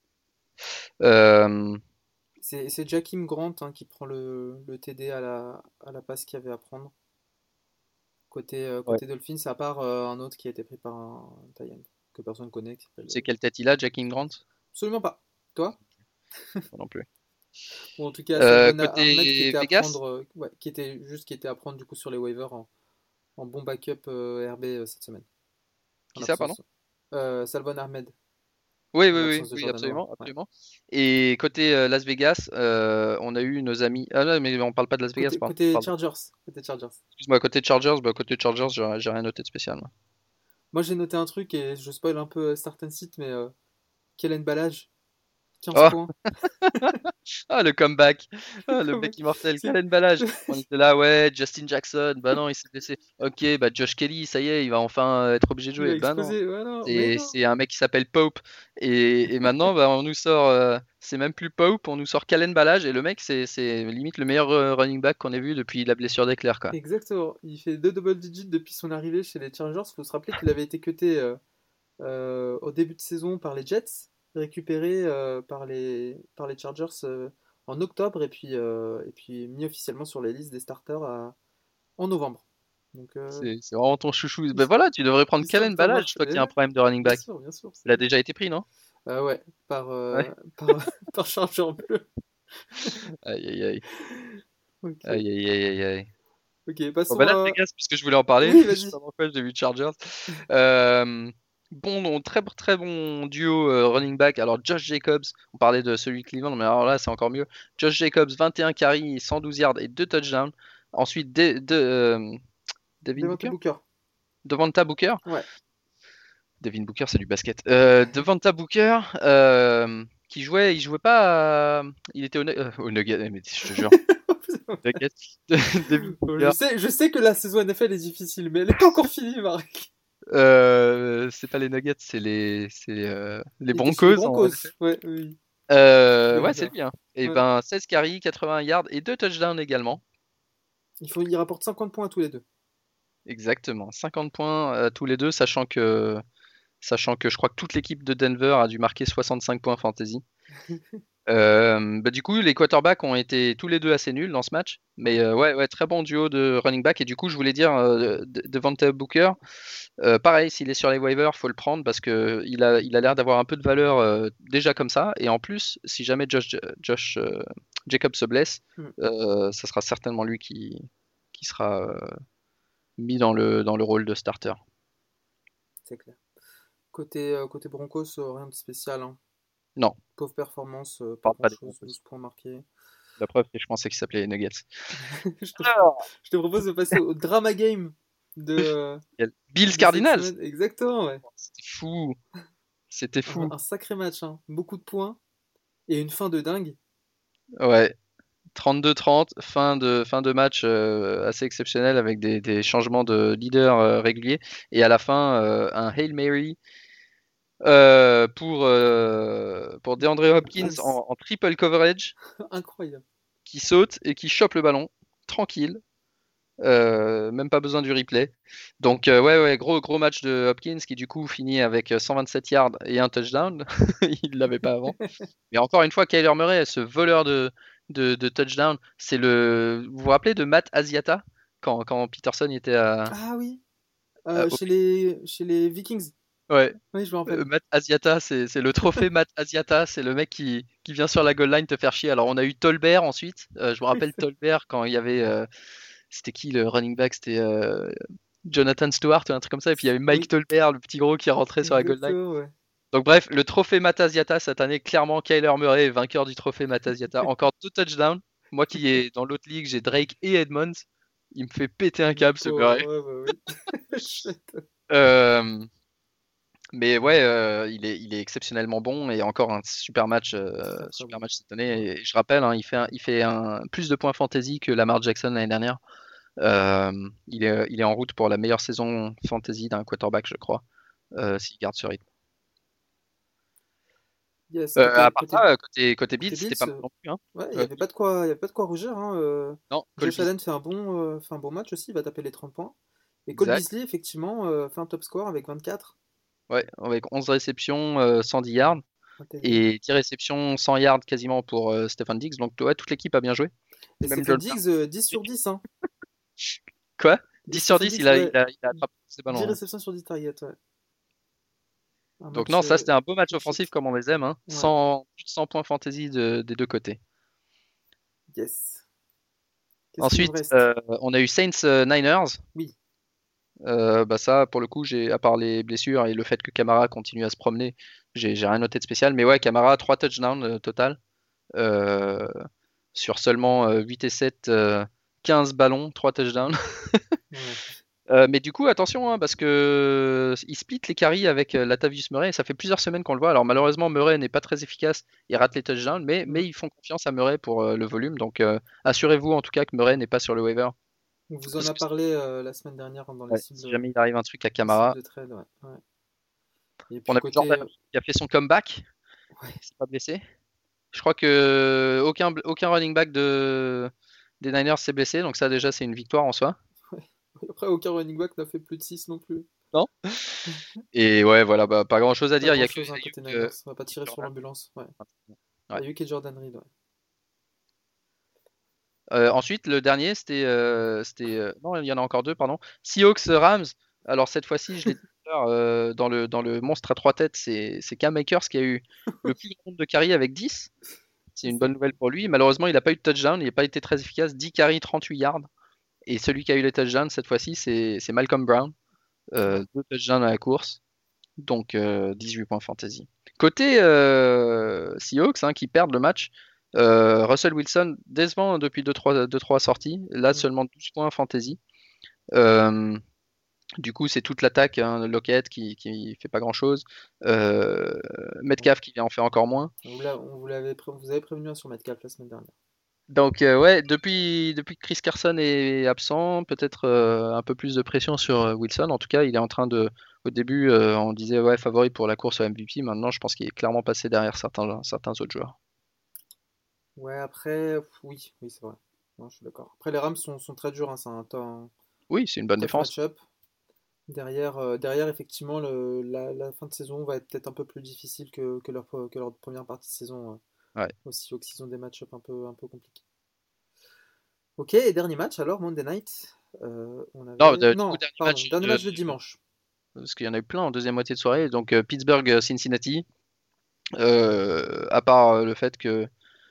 Euh, C'est Jakim Grant, hein, qui prend le TD à la passe qu'il y avait à prendre. Côté, euh, ouais. côté Dolphins, à part un autre qui a été pris par un tight end que personne connaît, qui s'appelle. Tu sais quelle tête il a, Jackie Grant? Absolument pas. Toi? Moi non plus. Ou en tout cas, Salvon Ahmed qui Côté était à Vegas, prendre, ouais, qui était à prendre du coup sur les waivers en bon backup RB cette semaine, en qui ça, pardon? absence. Salvon Ahmed, Oui, en oui, oui, absence de oui, Jordan Howard. absolument, Ouais. absolument. Et côté Las Vegas, on a eu nos amis. Ah non, mais on parle pas de Las Vegas, Côté, pardon. côté Pardon. Chargers. Côté Chargers. Excuse-moi, côté Chargers, j'ai rien noté de spécial, moi. Moi, j'ai noté un truc et je spoil un peu Start and Sit, mais Kellen Ballage. 15 Oh, points. ah, le comeback. Ah, le Comme- mec immortel. c'est- Kalen Ballage. On était là, ouais, Justin Jackson. Bah non, il s'est blessé. Ok, bah Josh Kelly, ça y est, il va enfin être obligé de Il va jouer. Bah non. exploser. Ouais, non, mais non. C'est un mec qui s'appelle Pope. Et maintenant, bah, on nous sort. C'est même plus Pope, on nous sort Kalen Ballage. Et le mec, c'est limite le meilleur running back qu'on ait vu depuis la blessure d'Eclair, quoi. Exactement. Il fait 2 double digits depuis son arrivée chez les Chargers. Il faut se rappeler qu'il avait été cuté au début de saison par les Jets, récupéré par les Chargers en octobre et puis mis officiellement sur les listes des starters en novembre. Donc C'est vraiment ton chouchou. Ben voilà, tu devrais prendre l'histoire Kalen peut Ballage, marcher. toi qui as un problème de running back. Bien sûr, c'est Il a vrai. déjà été pris, non? Ouais, par, Ouais. par, par Charger bleu. Aïe, aïe, aïe. Ok, Aïe, aïe, aïe, aïe, aïe. ok, Bon, passons bah là, à. Vegas, puisque je voulais en parler, Oui, je sais vas-y. pas pourquoi j'ai vu Chargers. Euh, très, très bon duo running back. Alors, Josh Jacobs, on parlait de celui de Cleveland, mais alors là, c'est encore mieux. Josh Jacobs, 21 carries, 112 yards et 2 touchdowns. Ensuite, Devin Devante Booker? Booker. Devonta Booker? Ouais. Devin Booker, c'est du basket. Devonta Booker, il jouait pas il était au Nugget, mais je te jure. Nuggets. Devin Bon, Booker. je sais que la saison NFL est difficile, mais elle n'est pas encore finie, Marc. C'est pas les Nuggets, les Il était chez les Broncos en Broncos. NFL. Ouais, oui. Ouais, Denver. c'est lui, hein. Et Ouais. ben 16 carries, 80 yards et 2 touchdowns également. Il rapporte 50 points à tous les deux. Exactement, 50 points tous les deux, sachant que je crois que toute l'équipe de Denver a dû marquer 65 points fantasy. Bah, du coup, les quarterbacks ont été tous les deux assez nuls dans ce match. Mais Ouais. ouais, très bon duo de running back. Et du coup, je voulais dire, Devontae Booker, pareil, s'il est sur les waivers, faut le prendre parce que il a l'air d'avoir un peu de valeur déjà comme ça. Et en plus, si jamais Josh Jacobs se blesse, Hmm, ça sera certainement lui qui sera mis dans le rôle de starter. c'est clair. Côté Broncos, rien de spécial, hein. Non, Pauvre performance, on pas parle pas des grand-chose, Broncos. 12 points marqués. La preuve, c'est que je pensais qu'il s'appelait les Nuggets. je, te, Alors, je te propose de passer au drama game il y a Bills de cette Cardinals. semaine. Exactement, ouais. C'était fou. C'était fou. Un sacré match, hein. Beaucoup de points et une fin de dingue. Ouais, 32-30, fin de match assez exceptionnel avec des changements de leader réguliers. Et à la fin, un Hail Mary pour DeAndre Hopkins Ah, en triple coverage incroyable. qui saute et qui chope le ballon tranquille. Même pas besoin du replay. Donc ouais, gros match de Hopkins qui du coup finit avec 127 yards et un touchdown. Il l'avait pas avant. Mais encore une fois, Kyler Murray, ce voleur de touchdown, vous vous rappelez de Matt Asiata quand Peterson était Ah oui, au chez les Vikings. ouais. Oui, je me rappelle. Matt Asiata, c'est le trophée Matt Asiata, c'est le mec qui vient sur la goal line te faire chier. Alors on a eu Tolbert ensuite. Je me rappelle Tolbert quand il y avait c'était qui le running back? C'était Jonathan Stewart ou un truc comme ça. Et puis il y avait Mike Oui, Tolbert, le petit gros qui rentrait sur la goal line. exactement, ouais. Donc bref, le trophée Matasiata cette année, clairement Kyler Murray est vainqueur du trophée Matasiata. Encore 2 touchdowns. Moi qui est dans l'autre ligue, j'ai Drake et Edmonds. Il me fait péter un Le câble ce pauvre, Murray. ouais, bah oui. Chouette. Euh, mais ouais, il est exceptionnellement bon et encore un Très très super bon. match cette année. Ouais. Et je rappelle, hein, il fait plus de points fantasy que Lamar Jackson l'année dernière. Il est en route pour la meilleure saison fantasy d'un quarterback, je crois, s'il garde ce rythme. Yes, À part ça, côté Bills, côté c'était Bills, pas mal non plus, hein. ouais, Euh, il y avait pas de quoi rougir, hein. non, Cole Josh Beasley, Allen fait un bon match aussi, il va taper les 30 points. Et Cole exact. Beasley, effectivement, fait un top score avec 24. Ouais, avec 11 réceptions, 110 yards Pas terrible. et 10 réceptions, 100 yards quasiment pour Stefan Diggs. Donc ouais, toute l'équipe a bien joué. Et Même Stephen Joel Burns. Diggs, 10 sur 10, hein. Quoi? Et 10 sur Stephen 10, Diggs, ouais, il a attrapé ses 10 ballons, hein. réceptions sur 10 targets, ouais. Un Donc match non, ça c'était un beau match offensif épique. comme on les aime, hein. Ouais, Plus de 100 points fantasy des deux côtés. yes. Qu'est-ce qu'il nous Ensuite, reste? on a eu Saints Niners. Oui, Bah ça, pour le coup, à part les blessures et le fait que Camara continue à se promener, j'ai rien noté de spécial. Mais ouais, Camara, 3 touchdowns total. Euh, sur seulement 8 et 7, 15 ballons, 3 touchdowns. ouais. Mais du coup, attention, hein, parce que il split les carries avec Latavius Murray. Et ça fait plusieurs semaines qu'on le voit. Alors malheureusement, Murray n'est pas très efficace. Il rate les touchdowns, mais Mm. ils font confiance à Murray pour le volume. Donc assurez-vous en tout cas que Murray n'est pas sur le waiver. On vous en Parce a que parlé la semaine dernière dans si jamais il arrive un truc à les cibles Camara, de trade. Ouais. Ouais. Et on puis a vu Jordan côté. qui a fait son comeback. Ouais. Il s'est pas blessé. Je crois que aucun running back des Niners s'est blessé. Donc ça déjà c'est une victoire en soi. Ouais. Après, aucun running back n'a fait plus de 6 non plus. Non. Et ouais, voilà, bah, pas grand chose à Pas dire. Il y grand a que chose hein, côté Ayuk, Niners. On va pas tirer sur Jordan. l'ambulance. Ouais. Ouais. Ayuk et Jordan Reed. Ouais. Ensuite, le dernier, non, il y en a encore deux, pardon. Seahawks Rams. Alors cette fois-ci, je l'ai dit tout à l'heure, dans le monstre à trois têtes, c'est Cam Akers qui a eu le plus grand nombre de carries avec 10. C'est C'est une ça. bonne nouvelle pour lui. Malheureusement, il n'a pas eu de touchdown, il n'a pas été très efficace. 10 carries, 38 yards. Et celui qui a eu les touchdowns cette fois-ci, c'est Malcolm Brown. Ouais. 2 touchdowns à la course. Donc 18 points fantasy. Côté Seahawks, hein, qui perdent le match, Russell Wilson décevant depuis 2-3 sorties. Là, Mm. seulement 12 points fantasy. Euh, du coup, c'est toute l'attaque, hein, Lockett qui fait pas grand-chose. Euh, Ouais. Metcalf qui en fait encore moins. Vous avez prévenu un sur Metcalf la semaine dernière. Donc ouais, depuis que Chris Carson est absent, peut-être un peu plus de pression sur Wilson. En tout cas, il est en train de. Au début, on disait ouais favori pour la course au MVP. Maintenant, je pense qu'il est clairement passé derrière certains autres joueurs. Ouais, après, oui, oui, c'est vrai. Non, je suis d'accord. Après, les Rams sont très durs, hein, c'est un Oui, c'est une bonne tough défense. match-up. Derrière, effectivement, la fin de saison va être peut-être un peu plus difficile que leur première partie de saison Ouais. aussi, donc ils ont des match-up un peu compliqués. Ok, et dernier match alors, Monday Night. On Non, avait. du coup, Non, pardon, dernier match de dimanche. parce qu'il y en a eu plein en deuxième moitié de soirée. Donc Pittsburgh, Cincinnati. À part le fait que,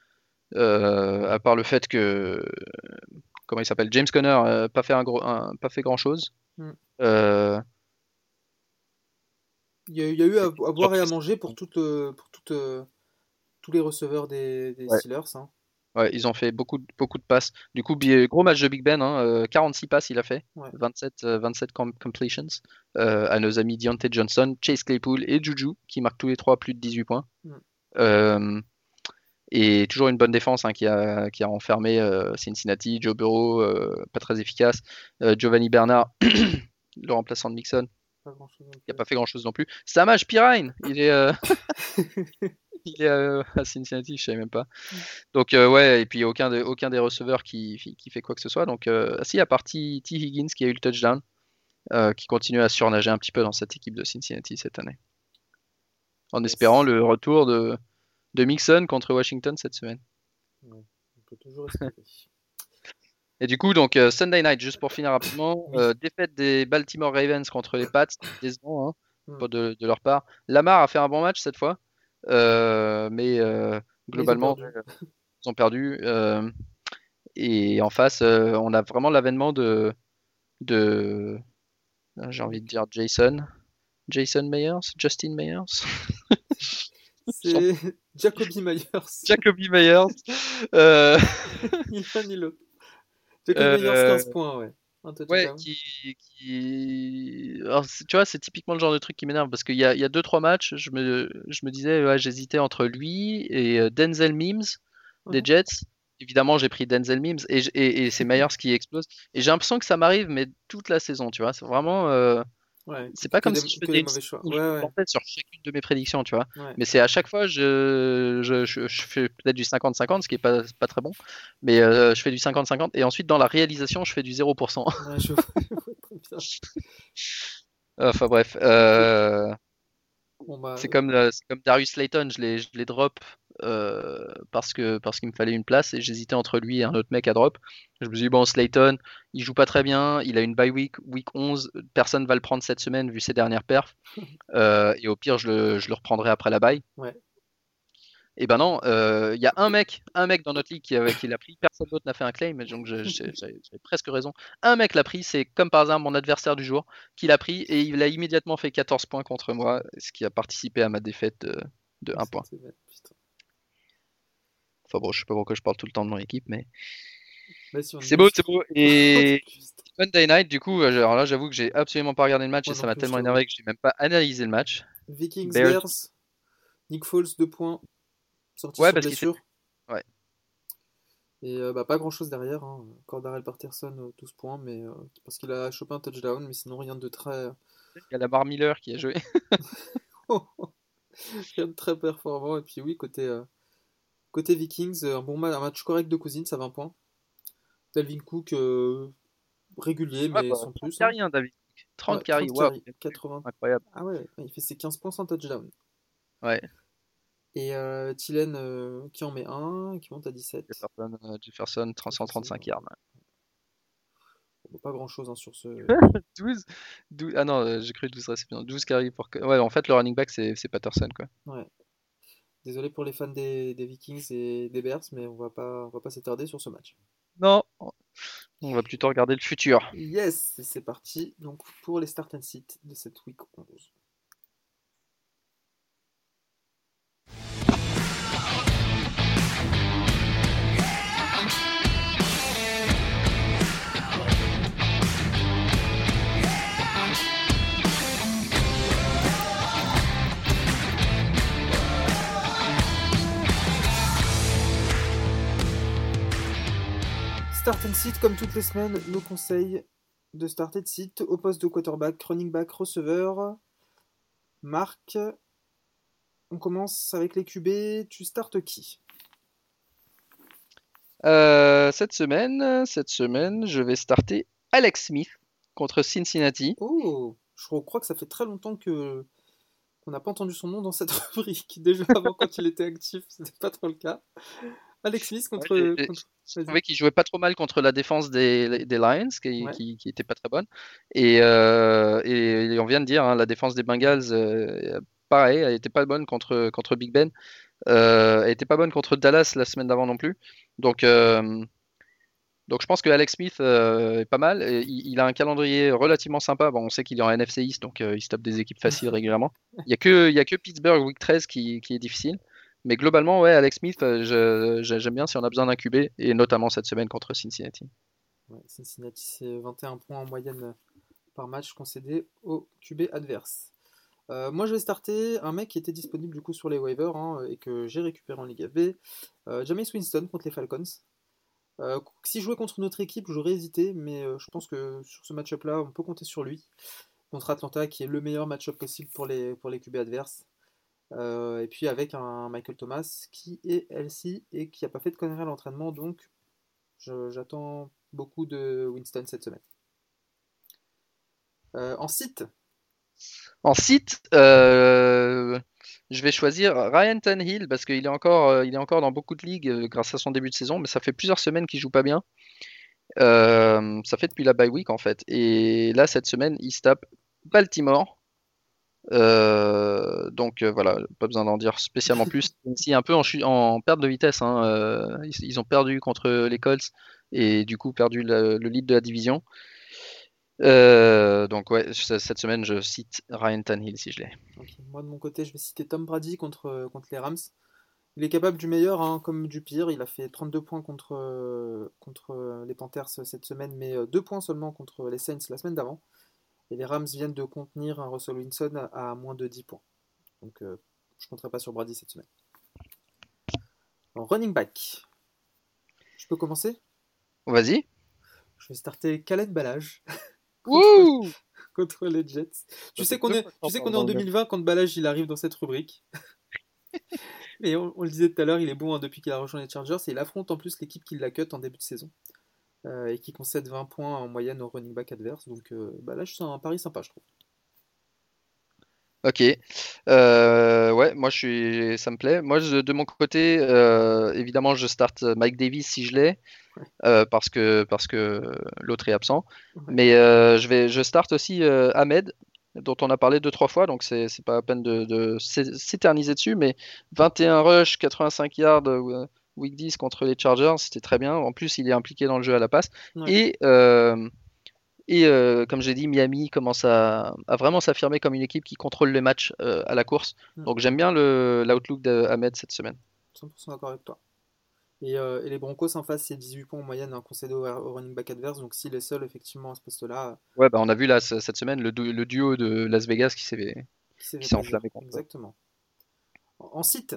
comment il s'appelle, James Conner, pas fait grand chose. Hmm. Euh, Il y a eu à boire et à surprise. manger pour tous les receveurs des Ouais. Steelers, hein. Ouais, ils ont fait beaucoup de passes. Du coup, gros match de Big Ben, hein, 46 passes il a fait, Ouais. 27 completions à nos amis Deontay Johnson, Chase Claypool et Juju qui marquent tous les trois plus de 18 points. Hmm. Euh, et toujours une bonne défense, hein, qui a enfermé Cincinnati, Joe Burrow, pas très efficace, Giovanni Bernard, le remplaçant de Mixon, Pas grand-chose non qui a plus. pas fait grand-chose non plus. Samaje Perine, il est à Cincinnati, je savais même pas. Donc ouais, et puis aucun des receveurs qui fait quoi que ce soit. Donc si, à part T. Higgins qui a eu le touchdown, qui continue à surnager un petit peu dans cette équipe de Cincinnati cette année. En espérant Yes. le retour de Mixon contre Washington cette semaine. Ouais, on peut toujours espérer. Et du coup, donc Sunday Night, juste pour finir rapidement, Oui. défaite des Baltimore Ravens contre les Pats, décevant, hein, Hmm. pas de leur part. Lamar a fait un bon match cette fois, mais Mais ils ont globalement, perdu. ils ont perdu. Et en face, on a vraiment l'avènement de j'ai envie de dire Jason Myers, Justin Myers, C'est Jacoby Myers. Jacoby Myers, euh, Ni l'un ni l'autre. Jacoby Myers, euh, 15 points, ouais. Un ouais, touchdown. Alors, tu vois, c'est typiquement le genre de truc qui m'énerve parce qu'il y a 2-3 matchs, je me disais, ouais, j'hésitais entre lui et Denzel Mims des Mhm. Jets. Évidemment, j'ai pris Denzel Mims et c'est Myers qui explose. Et j'ai l'impression que ça m'arrive, mais toute la saison, tu vois. C'est vraiment. Ouais, C'est pas que comme des, si je que des faisais une mauvais saison choix. où Ouais, je me ouais, plantais sur chacune de mes prédictions, tu vois. ouais. Mais c'est à chaque fois, je fais peut-être du 50-50, ce qui est pas très bon. Mais je fais du 50-50 et ensuite dans la réalisation, je fais du 0%. Ouais, je vois très bien. Enfin bref, Bon, bah, c'est comme Darius Slayton, je l'ai drop parce qu'il me fallait une place et j'hésitais entre lui et un autre mec à drop. Je me suis dit, bon, Slayton, il joue pas très bien, il a une bye week 11, personne va le prendre cette semaine vu ses dernières perfs. Et au pire, je le reprendrai après la bye. ouais. Et ben non, il y a un mec dans notre ligue qui l'a pris, personne d'autre n'a fait un claim, donc j'avais presque raison. Un mec l'a pris, c'est comme par hasard mon adversaire du jour qui l'a pris et il a immédiatement fait 14 points contre moi, ce qui a participé à ma défaite de 1 point. C'était bête, putain. Enfin bon, je sais pas pourquoi je parle tout le temps de mon équipe, mais Vas-y, on est c'est beau, juste. c'est beau. On est Et juste. Monday Night, du coup, alors là, j'avoue que j'ai absolument pas regardé le match Moi et non ça m'a plus, je tellement t'avoue. énervé que j'ai même pas analysé le match. Vikings, Bears, Bears, Nick Foles, 2 points, sorti ouais, sur parce qu'il s'est. blessure. Ouais. Et pas grand chose derrière, hein. Cordarrelle Patterson, 12 points, mais parce qu'il a chopé un touchdown, mais sinon rien de très, Il y a Lamar Miller qui a joué. rien de très performant. Et puis oui, côté Vikings, un match correct de Cousins à 20 points. Dalvin Cook, régulier, Ouais, mais bah, sans 30 plus, hein. carries, hein, David. Ouais, 30 carries, 30 waouh, carries, 80. incroyable. Ah ouais, il fait ses 15 points sans touchdown. Ouais, Et Thielen qui en met un, qui monte à 17. Jefferson, Jefferson, 135 yards. bon, pas grand chose sur ce. 12, 12, ah non, j'ai cru 12 réceptions. 12 carries pour que. Ouais, en fait, le running back, c'est Patterson, quoi. Ouais. Désolé pour les fans des Vikings et des Bears, mais on va pas s'attarder sur ce match. Non, on va plutôt regarder le futur. Yes, et c'est parti donc pour les start and sit de cette week 11. Start and sit comme toutes les semaines, nos conseils de start and sit au poste de quarterback, running back, receveur. Marc, on commence avec les QB. Tu startes qui? Cette semaine, je vais starter Alex Smith contre Cincinnati. Oh, je crois que ça fait très longtemps que qu'on n'a pas entendu son nom dans cette rubrique. Déjà avant, quand il était actif, c'était pas trop le cas. Alex Smith Ouais, j'ai contre. j'ai Vas-y. trouvé qu'il jouait pas trop mal contre la défense des Lions, qui, Ouais. qui, qui était pas très bonne. Et on vient de dire, hein, la défense des Bengals, pareil, elle était pas bonne contre Big Ben. Elle était pas bonne contre Dallas la semaine d'avant non plus. Donc, euh, donc je pense que Alex Smith est pas mal. Et il a un calendrier relativement sympa. Bon, on sait qu'il est en NFC East, donc il se tape des équipes faciles régulièrement. Il y a que Pittsburgh Week 13 qui est difficile. Mais globalement, ouais, Alex Smith, j'aime bien si on a besoin d'un QB, et notamment cette semaine contre Cincinnati. Ouais, Cincinnati, c'est 21 points en moyenne par match concédé au QB adverse. Moi, je vais starter un mec qui était disponible du coup sur les waivers, hein, et que j'ai récupéré en Ligue FB. Jameis Winston contre les Falcons. Si je jouais contre une autre équipe, j'aurais hésité, mais je pense que sur ce match-up-là, on peut compter sur lui. Contre Atlanta, qui est le meilleur match-up possible pour les QB adverses. Et puis avec un Michael Thomas qui est healthy et qui n'a pas fait de conneries à l'entraînement, donc j'attends beaucoup de Winston cette semaine. En site, En site, je vais choisir Ryan Tannehill parce qu'il est encore dans beaucoup de ligues grâce à son début de saison, mais ça fait plusieurs semaines qu'il joue pas bien. Ça fait depuis la bye week en fait. Et là, cette semaine, il se tape Baltimore. Donc voilà, pas besoin d'en dire spécialement plus. Ici, un peu en perte de vitesse, hein. Ils ont perdu contre les Colts et du coup perdu le lead de la division. Donc ouais, cette semaine, je cite Ryan Tannehill si je l'ai. ok, moi de mon côté, je vais citer Tom Brady contre les Rams. Il est capable du meilleur, hein, comme du pire. Il a fait 32 points contre les Panthers cette semaine, mais 2 points seulement contre les Saints la semaine d'avant. Et les Rams viennent de contenir un Russell Wilson à moins de 10 points. Donc je ne compterai pas sur Brady cette semaine. En running back, je peux commencer? Vas-y. Je vais starter Khaled Balaj contre, Wouh! contre les Jets. Tu Ça sais fait qu'on deux est, fois que tu t'en sais parles qu'on est dans en le même. 2020 quand Balaj il arrive dans cette rubrique. Mais on le disait tout à l'heure, il est bon, hein, depuis qu'il a rejoint les Chargers et il affronte en plus l'équipe qui l'a cut en début de saison, et qui concède 20 points en moyenne au running back adverse. Donc Balaj, c'est un pari sympa, je trouve. Ok. Ouais, moi ça me plaît. Moi, de mon côté, évidemment, je starte Mike Davis si je l'ai, Ouais, parce que l'autre est absent. ouais. Mais je starte aussi Ahmed, dont on a parlé deux, trois fois, donc c'est pas la peine de s'éterniser dessus. Mais 21 rush, 85 yards, week 10 contre les Chargers, c'était très bien. En plus, il est impliqué dans le jeu à la passe. Ouais. Et comme j'ai dit, Miami commence à vraiment s'affirmer comme une équipe qui contrôle les matchs à la course. Mm. Donc j'aime bien l'outlook d'Ahmed cette semaine. 100% d'accord avec toi. Et les Broncos en face, c'est 18 points en moyenne concédés au running back adverse. Donc s'il est seul effectivement à ce poste-là, Ouais, bah on a vu là cette semaine le duo de Las Vegas qui s'est qui fait s'est plaisir. enflammé contre eux. Exactement. En site,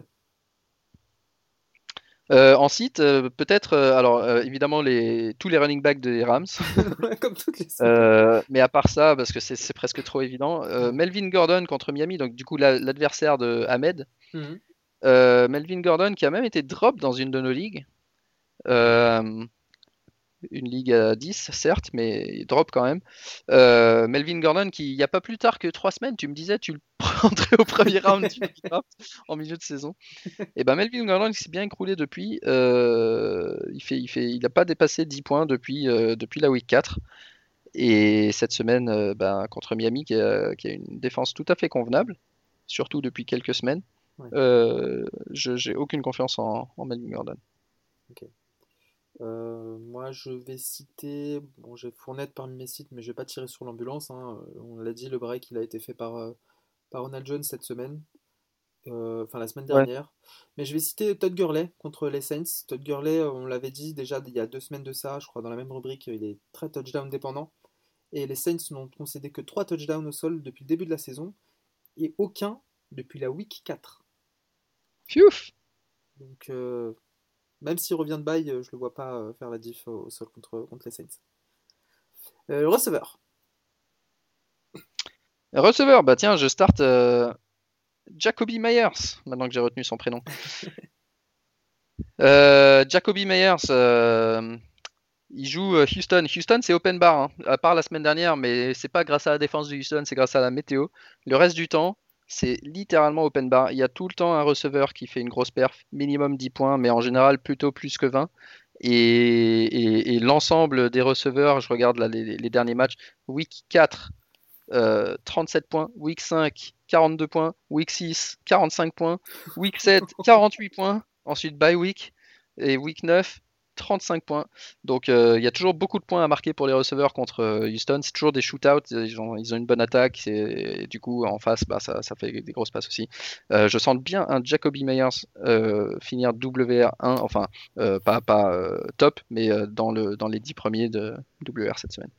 En site, peut-être, évidemment tous les running backs des Rams. comme toutes les semaines. Mais à part ça, parce que c'est presque trop évident, Melvin Gordon contre Miami, donc du coup l'adversaire de Ahmed. Mhm. Melvin Gordon qui a même été drop dans une de nos ligues. Euh, une ligue à 10, certes, mais il drop quand même. Melvin Gordon, qui, il n'y a pas plus tard que 3 semaines, tu me disais, tu le prendrais au premier round du draft en milieu de saison. Et ben Melvin Gordon, il s'est bien écroulé depuis. Il n'a pas dépassé 10 points depuis la week 4. Et cette semaine, contre Miami, qui a une défense tout à fait convenable, surtout depuis quelques semaines, Ouais, j'ai aucune confiance en Melvin Gordon. ok. Moi, je vais citer. Bon, j'ai Fournette parmi mes sites, mais je vais pas tirer sur l'ambulance, hein. On l'a dit, le break il a été fait par Ronald Jones cette semaine, enfin la semaine Ouais. dernière. Mais je vais citer Todd Gurley contre les Saints. Todd Gurley, on l'avait dit déjà il y a 2 semaines de ça, je crois, dans la même rubrique, il est très touchdown dépendant. Et les Saints n'ont concédé que 3 touchdowns au sol depuis le début de la saison, et aucun depuis la week 4. Phew. Donc, même s'il revient de bail, je le vois pas faire la diff au sol contre les Saints. Le receveur. Receveur, bah tiens, je start Jacoby Myers, maintenant que j'ai retenu son prénom. Jacoby Myers, il joue Houston. Houston, c'est open bar, hein, à part la semaine dernière, mais c'est pas grâce à la défense de Houston, c'est grâce à la météo. Le reste du temps, c'est littéralement open bar. Il y a tout le temps un receveur qui fait une grosse perf, minimum 10 points, mais en général plutôt plus que 20. Et l'ensemble des receveurs, je regarde là, les derniers matchs, week 4, 37 points, week 5, 42 points, week 6, 45 points, week 7, 48 points, ensuite bye week, et week 9, 35 points. Donc il y a toujours beaucoup de points à marquer pour les receveurs contre Houston. C'est toujours des shootouts, ils ont une bonne attaque, et du coup en face ça fait des grosses passes aussi. Je sens bien un Jacoby Myers finir WR1, enfin pas top, mais dans les 10 premiers de WR cette semaine.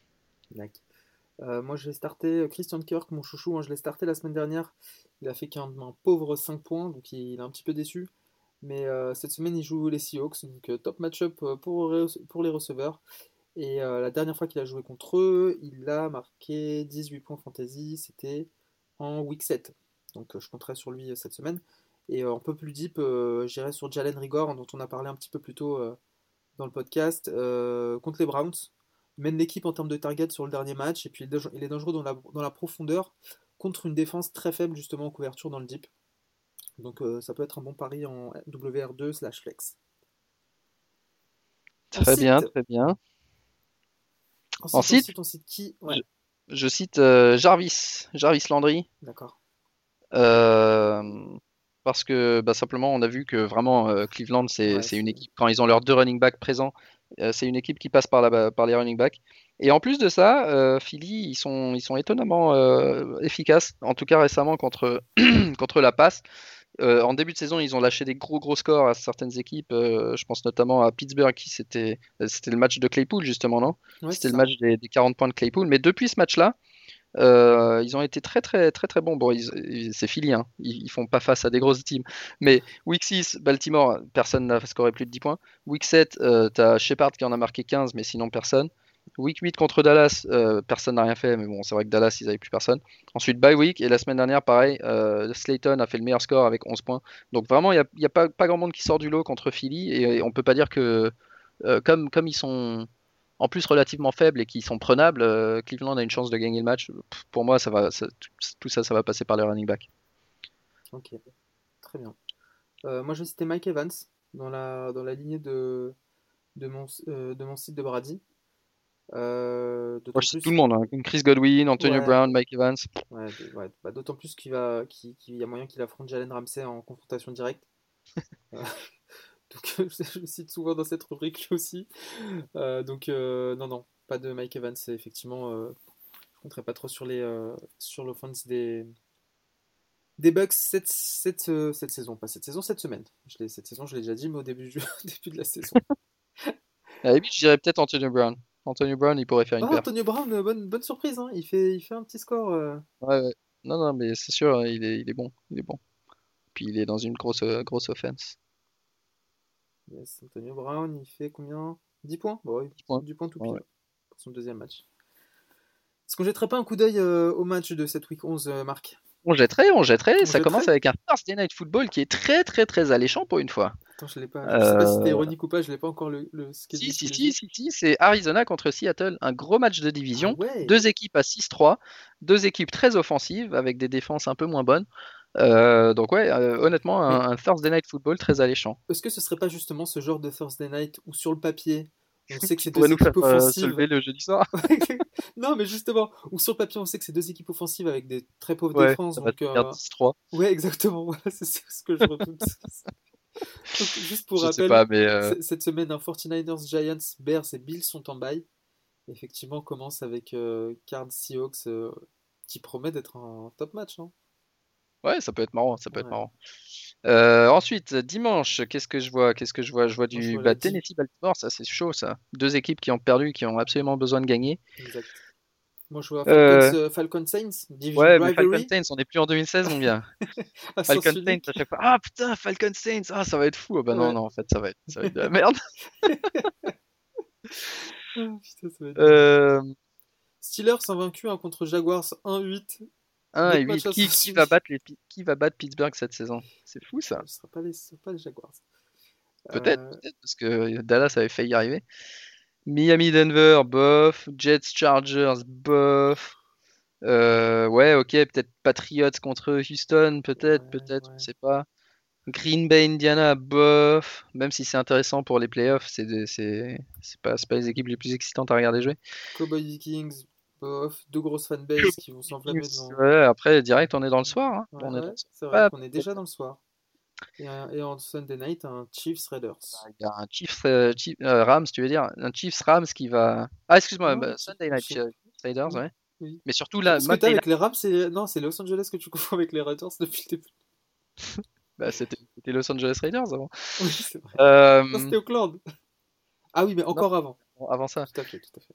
Moi, je vais starter Christian Kirk, mon chouchou, hein. Je l'ai starté la semaine dernière. Il a fait un pauvre 5 points, donc il est un petit peu déçu. Mais cette semaine, il joue les Seahawks, donc top match-up pour les receveurs. Et la dernière fois qu'il a joué contre eux, il a marqué 18 points fantasy. C'était en week 7. Donc je compterai sur lui cette semaine. Et un peu plus deep, j'irai sur Jalen Rigor, dont on a parlé un petit peu plus tôt dans le podcast, contre les Browns. Il mène l'équipe en termes de target sur le dernier match, et puis il est dangereux dans la profondeur contre une défense très faible justement en couverture dans le deep. Donc ça peut être un bon pari en WR2/flex. Très bien, Ensuite, très bien. ensuite, Ensuite, ensuite, ensuite, qui? je, Ouais, je cite Jarvis Landry, d'accord. euh, parce que simplement on a vu que vraiment Cleveland Ouais, c'est une c'est. équipe quand ils ont leurs deux running backs présents, c'est une équipe qui passe par les running backs. Et en plus de ça, Philly ils sont étonnamment efficaces, en tout cas récemment contre contre la passe. En début de saison, ils ont lâché des gros scores à certaines équipes. Je pense notamment à Pittsburgh, c'était le match de Claypool justement, non? Ouais, c'est C'était le ça. match des 40 points de Claypool. Mais depuis ce match-là, ils ont été très bons. Bon, c'est Philly, hein. Ils font pas face à des grosses teams. Mais Week 6, Baltimore, personne n'a scoré plus de 10 points. Week 7, t'as Shepard qui en a marqué 15, mais sinon personne. Week 8 contre Dallas, personne n'a rien fait, mais bon, c'est vrai que Dallas, ils avaient plus personne. Ensuite, bye week, et la semaine dernière, pareil, Slayton a fait le meilleur score avec 11 points. Donc vraiment, il y a pas grand monde qui sort du lot contre Philly, et on peut pas dire que, comme ils sont en plus relativement faibles et qui sont prenables, Cleveland a une chance de gagner le match. Pour moi, tout ça, ça va passer par les running backs. Ok, très bien. Moi, je vais citer Mike Evans dans la lignée de mon site de Brady. Moi, D'autant je cite tout plus. le monde, hein. Chris Godwin, Antonio Ouais, Brown, Mike Evans. ouais, bah, d'autant plus qu'il y a moyen qu'il affronte Jalen Ramsey en confrontation directe. Euh, donc je le cite souvent dans cette rubrique lui aussi. Non, non, pas de Mike Evans. Effectivement, je compterai pas trop sur l'offense Des Bucks cette saison, pas cette saison, cette semaine. Cette saison, je l'ai déjà dit, mais au début, au début de la saison. À la limite, je dirais peut-être Antonio Brown. Antonio Brown, il pourrait faire une Ah, perf. Antonio Brown, bonne surprise, hein. Il fait un petit score. Ouais, ouais. Non, non, mais c'est sûr, il est bon. Il est bon. Puis il est dans une grosse offense. Yes, Antonio Brown, il fait combien? 10 points? Bon, oui, 10 points. 10 points tout Ouais, pile ouais. pour son deuxième match. Est-ce qu'on jetterait pas un coup d'œil au match de cette week 11, Marc? On jetterait, on jetterait. On Ça commence jetterait? avec un Thursday Night Football qui est très, très, très alléchant pour une fois. Attends, je l'ai pas. Je sais pas si c'était Euh, ironique ou pas, je l'ai pas encore le Si, schedule sous si, les si, yeux. si, si, c'est Arizona contre Seattle. Un gros match de Ah division. ouais! Deux équipes à 6-3. Deux équipes très offensives avec des défenses un peu moins bonnes. Donc, ouais, honnêtement, Mais un Thursday Night Football très alléchant. est-ce que ce serait pas justement ce genre de Thursday night où sur le papier, on sait que Qui c'est pourrait deux nous faire équipes se offensives? lever le jeudi soir. Non, mais justement, où sur le papier, on sait que c'est deux équipes offensives avec des très pauvres Ouais, défenses. ça va Donc, se faire 10-3. ouais, exactement. Voilà, c'est ce que je redoute. Donc, juste pour Je sais rappel, pas, mais cette semaine, un 49ers, Giants, Bears et Bills sont en bye. Effectivement, on commence avec Cards Seahawks qui promet d'être un top match, hein. ouais, ça peut être marrant, ça peut être Ouais. marrant. Ensuite, dimanche, qu'est-ce que je vois? Qu'est-ce que je vois? Je vois Moi, je du vois la Tennessee-Baltimore, ça c'est chaud ça. Deux équipes qui ont perdu, qui ont absolument besoin de gagner. Exact. Moi, je vois Euh, Falcons Saints, Division ouais, mais Falcon Rivalry. Saints, on n'est plus en 2016, mon gars. À Falcon sens Saints à unique. chaque fois. Ah putain, Falcon Saints, ah ça va être fou. Ah bah non, Ouais. non, en fait, ça va être de la merde. Ah, putain, ça va être dur. Euh, Steelers invaincus hein, contre Jaguars 1-8. 1 et Notre match 8, à sens qui va unique. battre qui va battre Pittsburgh cette saison? C'est fou ça. Ce sera pas les Jaguars. Peut-être, Euh, peut-être, parce que Dallas avait failli y arriver. Miami, Denver, bof. Jets, Chargers, bof. Ouais, ok, peut-être Patriots contre Houston, ouais, peut-être, on ouais. sait pas. Green Bay, Indiana, bof. Même si c'est intéressant pour les playoffs, c'est pas les équipes les plus excitantes à regarder jouer. Cowboy Vikings, bof. Deux grosses fanbases qui vont s'enflammer Vikings, devant. ouais, après, direct, on est dans le soir, hein. Ouais, On est dans ouais, le soir. c'est vrai Pas- qu'on est déjà dans le soir. Et en Sunday night, un Chiefs Raiders. Il y a un Chiefs, Rams, tu veux dire? Un Chiefs Rams qui va. Ah, excuse-moi, Non, Sunday je Night sais. Raiders, Oui, ouais. oui. Mais surtout Je sais là, pas ce que t'as Monday Night, avec les Rams. Non, c'est Los Angeles que tu confonds avec les Raiders depuis le début. bah, c'était Los Angeles Raiders avant. Oui, c'est vrai. Non, Euh, c'était Auckland. Ah oui, mais non, encore avant. avant ça. Tout à fait, tout à fait.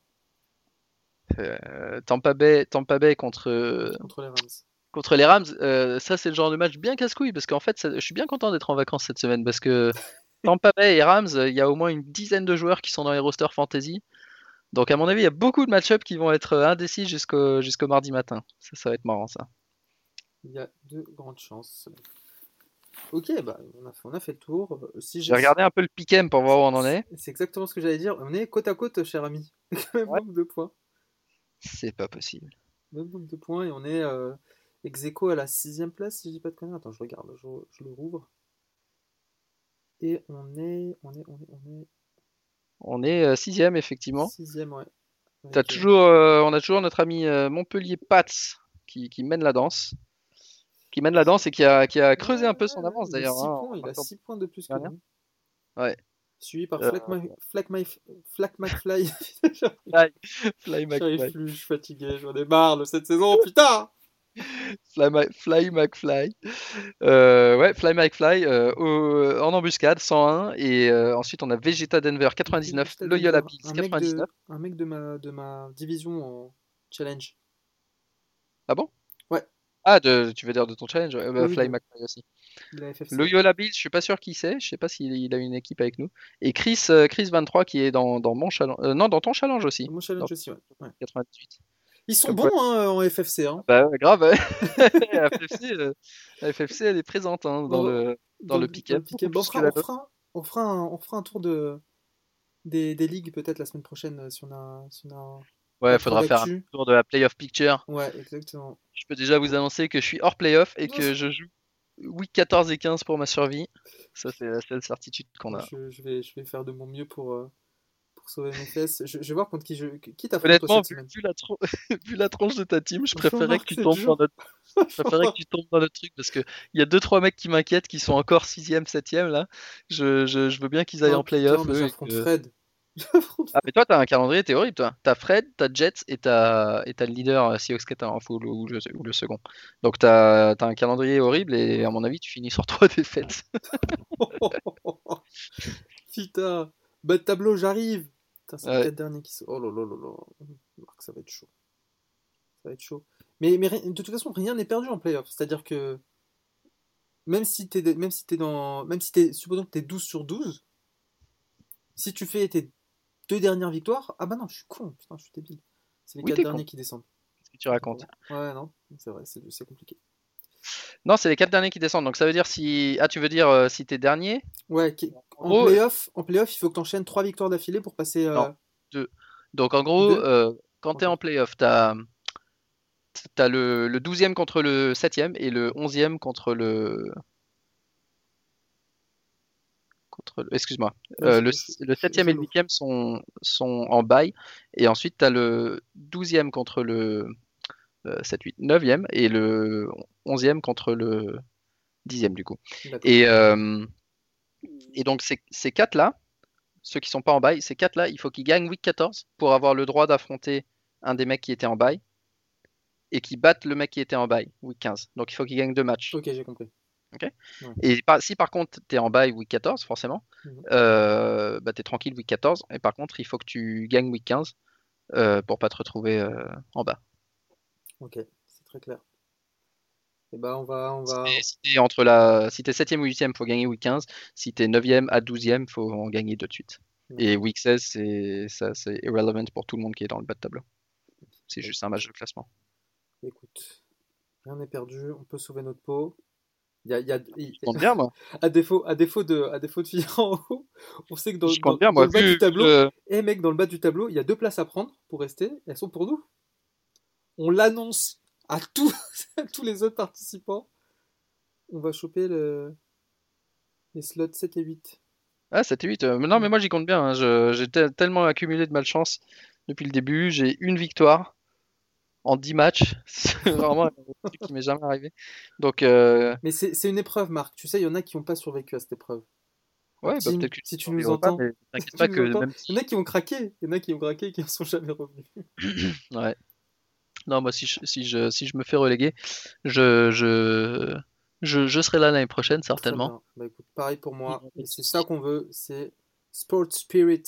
Tampa Bay Contre les Rams. contre les Rams, ça c'est le genre de match bien casse-couille parce qu'en fait, je suis bien content d'être en vacances cette semaine parce que Tampa Bay et Rams, il y a au moins une dizaine de joueurs qui sont dans les rosters fantasy. Donc à mon avis, il y a beaucoup de match-ups qui vont être indécis jusqu'au mardi matin. Ça va être marrant ça. Il y a de grandes chances. Ok, bah on a fait le tour. Si J'ai regardé un peu le pick'em pour voir où on en est. c'est exactement ce que j'allais dire. On est côte à côte, cher ami. Même Ouais. nombre de points. C'est pas possible. Même nombre de points et on est ex aequo à la sixième place si je dis pas de conneries. Attends, je regarde, je le rouvre. Et On est sixième effectivement. sixième, ouais. T'as Avec, toujours, on a toujours notre ami Montpellier Pats qui mène la danse. Qui mène la danse et qui a creusé un peu son avance il a d'ailleurs, 6 hein, points, il en a fin de 6 points de plus que dernière. nous. Ouais. Suivi par Euh, Flack McFly. Fly, Fly J'arrive McFly. plus, je suis fatigué, j'en ai marre de cette saison, putain! Fly McFly. Ouais, Fly McFly en embuscade, 101. Et ensuite, on a Vegeta Denver 99, Vegeta Loyola Denver, Bills 99. un mec de ma division en challenge. Ah bon? Ouais, Ah, tu veux dire de ton challenge? Ouais, bah, oui, Fly McFly aussi. de la FFC. Loyola Bills, je suis pas sûr qui c'est. Je sais pas s'il a une équipe avec nous. Et Chris 23 qui est dans mon challenge. Non, dans ton challenge aussi. Mon Dans challenge aussi, ouais. Ouais. 98. Ils sont Comme quoi. bons hein, en FFC. Hein. Bah ouais, grave, ouais. La FFC, elle est présente hein, dans le Dans pick-up, le pick beaucoup up. Bon, plus que la nôtre. on fera un tour des ligues peut-être la semaine prochaine si on a Ouais, pas il trop faudra faire un d'actu. tour de la playoff picture. Ouais, exactement. Je peux déjà vous annoncer que je suis hors playoff et Non, que je joue week 14 et 15 pour ma survie. Ça, c'est la seule certitude qu'on moi, a. je vais faire de mon mieux pour sauver mes fesses. Je vais voir contre qui t'affronte toi Honnêtement, cette semaine. vu la tronche de ta team, je Franchement, préférais que Marc, tu c'est tombes dans dur. notre, je préférais que tu tombes dans notre truc parce que il y a deux trois mecs qui m'inquiètent qui sont encore 6ème, 7ème là. Je veux bien qu'ils aillent Oh en putain, playoff mais eux et j'affronte que Fred. Ah, mais toi, t'as un calendrier, t'es horrible, toi. T'as Fred, t'as Jets et t'as le leader Seahawks qui est en full ou le second. Donc t'as un calendrier horrible et à mon avis, tu finis sur 3 défaites. Putain, bas de tableau, j'arrive. Putain, c'est les Ouais. 4 derniers qui sont. Oh là là là là. Marc, ça va être chaud. Ça va être chaud. Mais de toute façon, rien n'est perdu en playoff. C'est-à-dire que même si t'es, supposons que t'es 12 sur 12, si tu fais tes 2 dernières victoires, ah bah non, je suis con, putain, je suis débile. C'est les Oui, 4 t'es con. derniers qui descendent. Qu'est-ce que tu Autant pour racontes? moi. Ouais, non, c'est vrai, c'est compliqué. Non, c'est les 4 derniers qui descendent. Donc ça veut dire si. Ah, tu veux dire si t'es dernier? Ouais, En gros, en playoff, il faut que tu enchaînes 3 victoires d'affilée pour passer non, 2. Donc en gros, 2. quand t'es Ok. en playoff, t'as le 12e contre le 7e et le 11e excuse-moi. Ouais, Le 7e j'ai et le l'eau. 8e sont en bye. Et ensuite, tu as le 12e contre le 7, 8, 9e et le 11e contre le 10e du coup. D'accord. Et, donc, ces 4-là, ceux qui sont pas en bye, ces 4-là, il faut qu'ils gagnent week 14 pour avoir le droit d'affronter un des mecs qui était en bye et qui battent le mec qui était en bye week 15. Donc, il faut qu'ils gagnent 2 matchs. Ok, j'ai compris. Ok. Ouais. Et si par contre tu es en bye week 14, forcément, Mhm. bah, tu es tranquille week 14. Et par contre, il faut que tu gagnes week 15 pour pas te retrouver en bas. Ok, c'est très clair. Et bah, on Si va. si t'es 7e ou 8e, faut gagner week 15. Si t'es 9e à 12e, faut en gagner 2 de suite. Et D'accord. week 16, c'est irrelevant pour tout le monde qui est dans le bas de tableau. C'est Bah, juste un match de classement. écoute, rien n'est perdu, on peut sauver notre peau. Il y a, Je compte bien, moi. à défaut de finir en haut, on sait que Je compte bien, dans moi. le bas du Vu tableau, mec, dans le bas du tableau, il y a 2 places à prendre pour rester, elles sont pour nous. On l'annonce à tous, à tous les autres participants. On va choper les slots 7 et 8. Ah, 7 et 8. Non, mais moi, j'y compte bien, hein. J'ai tellement accumulé de malchance depuis le début. J'ai une victoire en 10 matchs. C'est vraiment un truc qui m'est jamais arrivé. Donc, Mais c'est une épreuve, Marc. Tu sais, il y en a qui n'ont pas survécu à cette épreuve. Donc, ouais, bah, Tim, peut-être que je si ne tu nous survivrai pas, entends, mais si t'inquiète tu pas nous que entends, même il y en a si. qui ont craqué. Il y en a qui ont craqué et qui ne sont jamais revenus. Ouais. Non, moi, si je me fais reléguer, je, je, je serai là l'année prochaine, Très certainement. bien. Bah écoute, pareil pour Il moi. n'y a pas Et de c'est ça souci. qu'on veut, c'est Sport Spirit.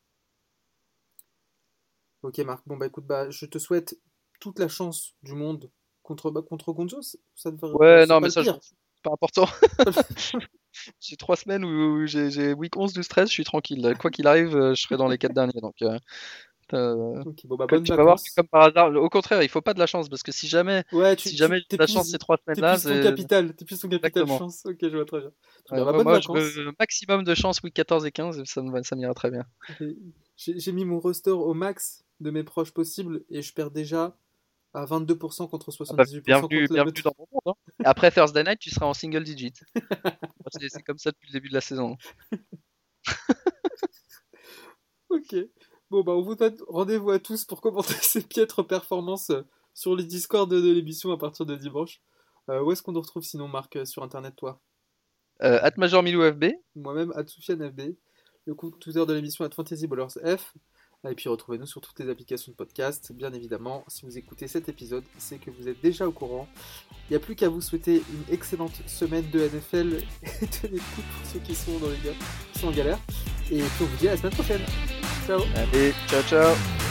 Ok, Marc. Bon, bah écoute, bah, je te souhaite toute la chance du monde contre Gonzo. Ouais, C'est non, pas mais le ça, je m'en pire. fous. C'est pas important. C'est pas le- J'ai 3 semaines où j'ai week 11 du stress, je suis tranquille. Quoi qu'il arrive, je serai dans les 4 derniers. Donc, Ok, bon, bah comme bonnes tu vas voir que vacances. comme par hasard, au contraire, il faut pas de la chance parce que Ouais, si jamais j'ai de la chance ces trois semaines-là, t'épuises ton c'est capital. T'épuises ton capital exactement. chance. Ok, je vois très bien. Très bien, Ouais, bah moi, bonnes moi, je vacances. veux un maximum de chance week 14 et 15, ça m'ira très bien. Et j'ai mis mon roster au max de mes proches possibles et je perds déjà à 22% contre Ah bah, 78% contre la bienvenue bête. dans mon monde, hein. Après Thursday Night, tu seras en single digit. Moi, c'est comme ça depuis le début de la saison. Ok. Bon, bah, on vous donne rendez-vous à tous pour commenter ces piètres performances sur les Discord de l'émission à partir de dimanche. Où est-ce qu'on nous retrouve sinon, Marc, sur Internet, toi? Major Milou FB. Moi-même, Soufiane FB, le Twitter de l'émission Fantasy Ballers F. Et puis retrouvez-nous sur toutes les applications de podcast. Bien évidemment, si vous écoutez cet épisode, c'est que vous êtes déjà au courant. Il n'y a plus qu'à vous souhaiter une excellente semaine de NFL et de l'écoute pour ceux qui sont qui sont en galère. Et puis on vous dit à la semaine prochaine. Ciao. Allez, ciao ciao.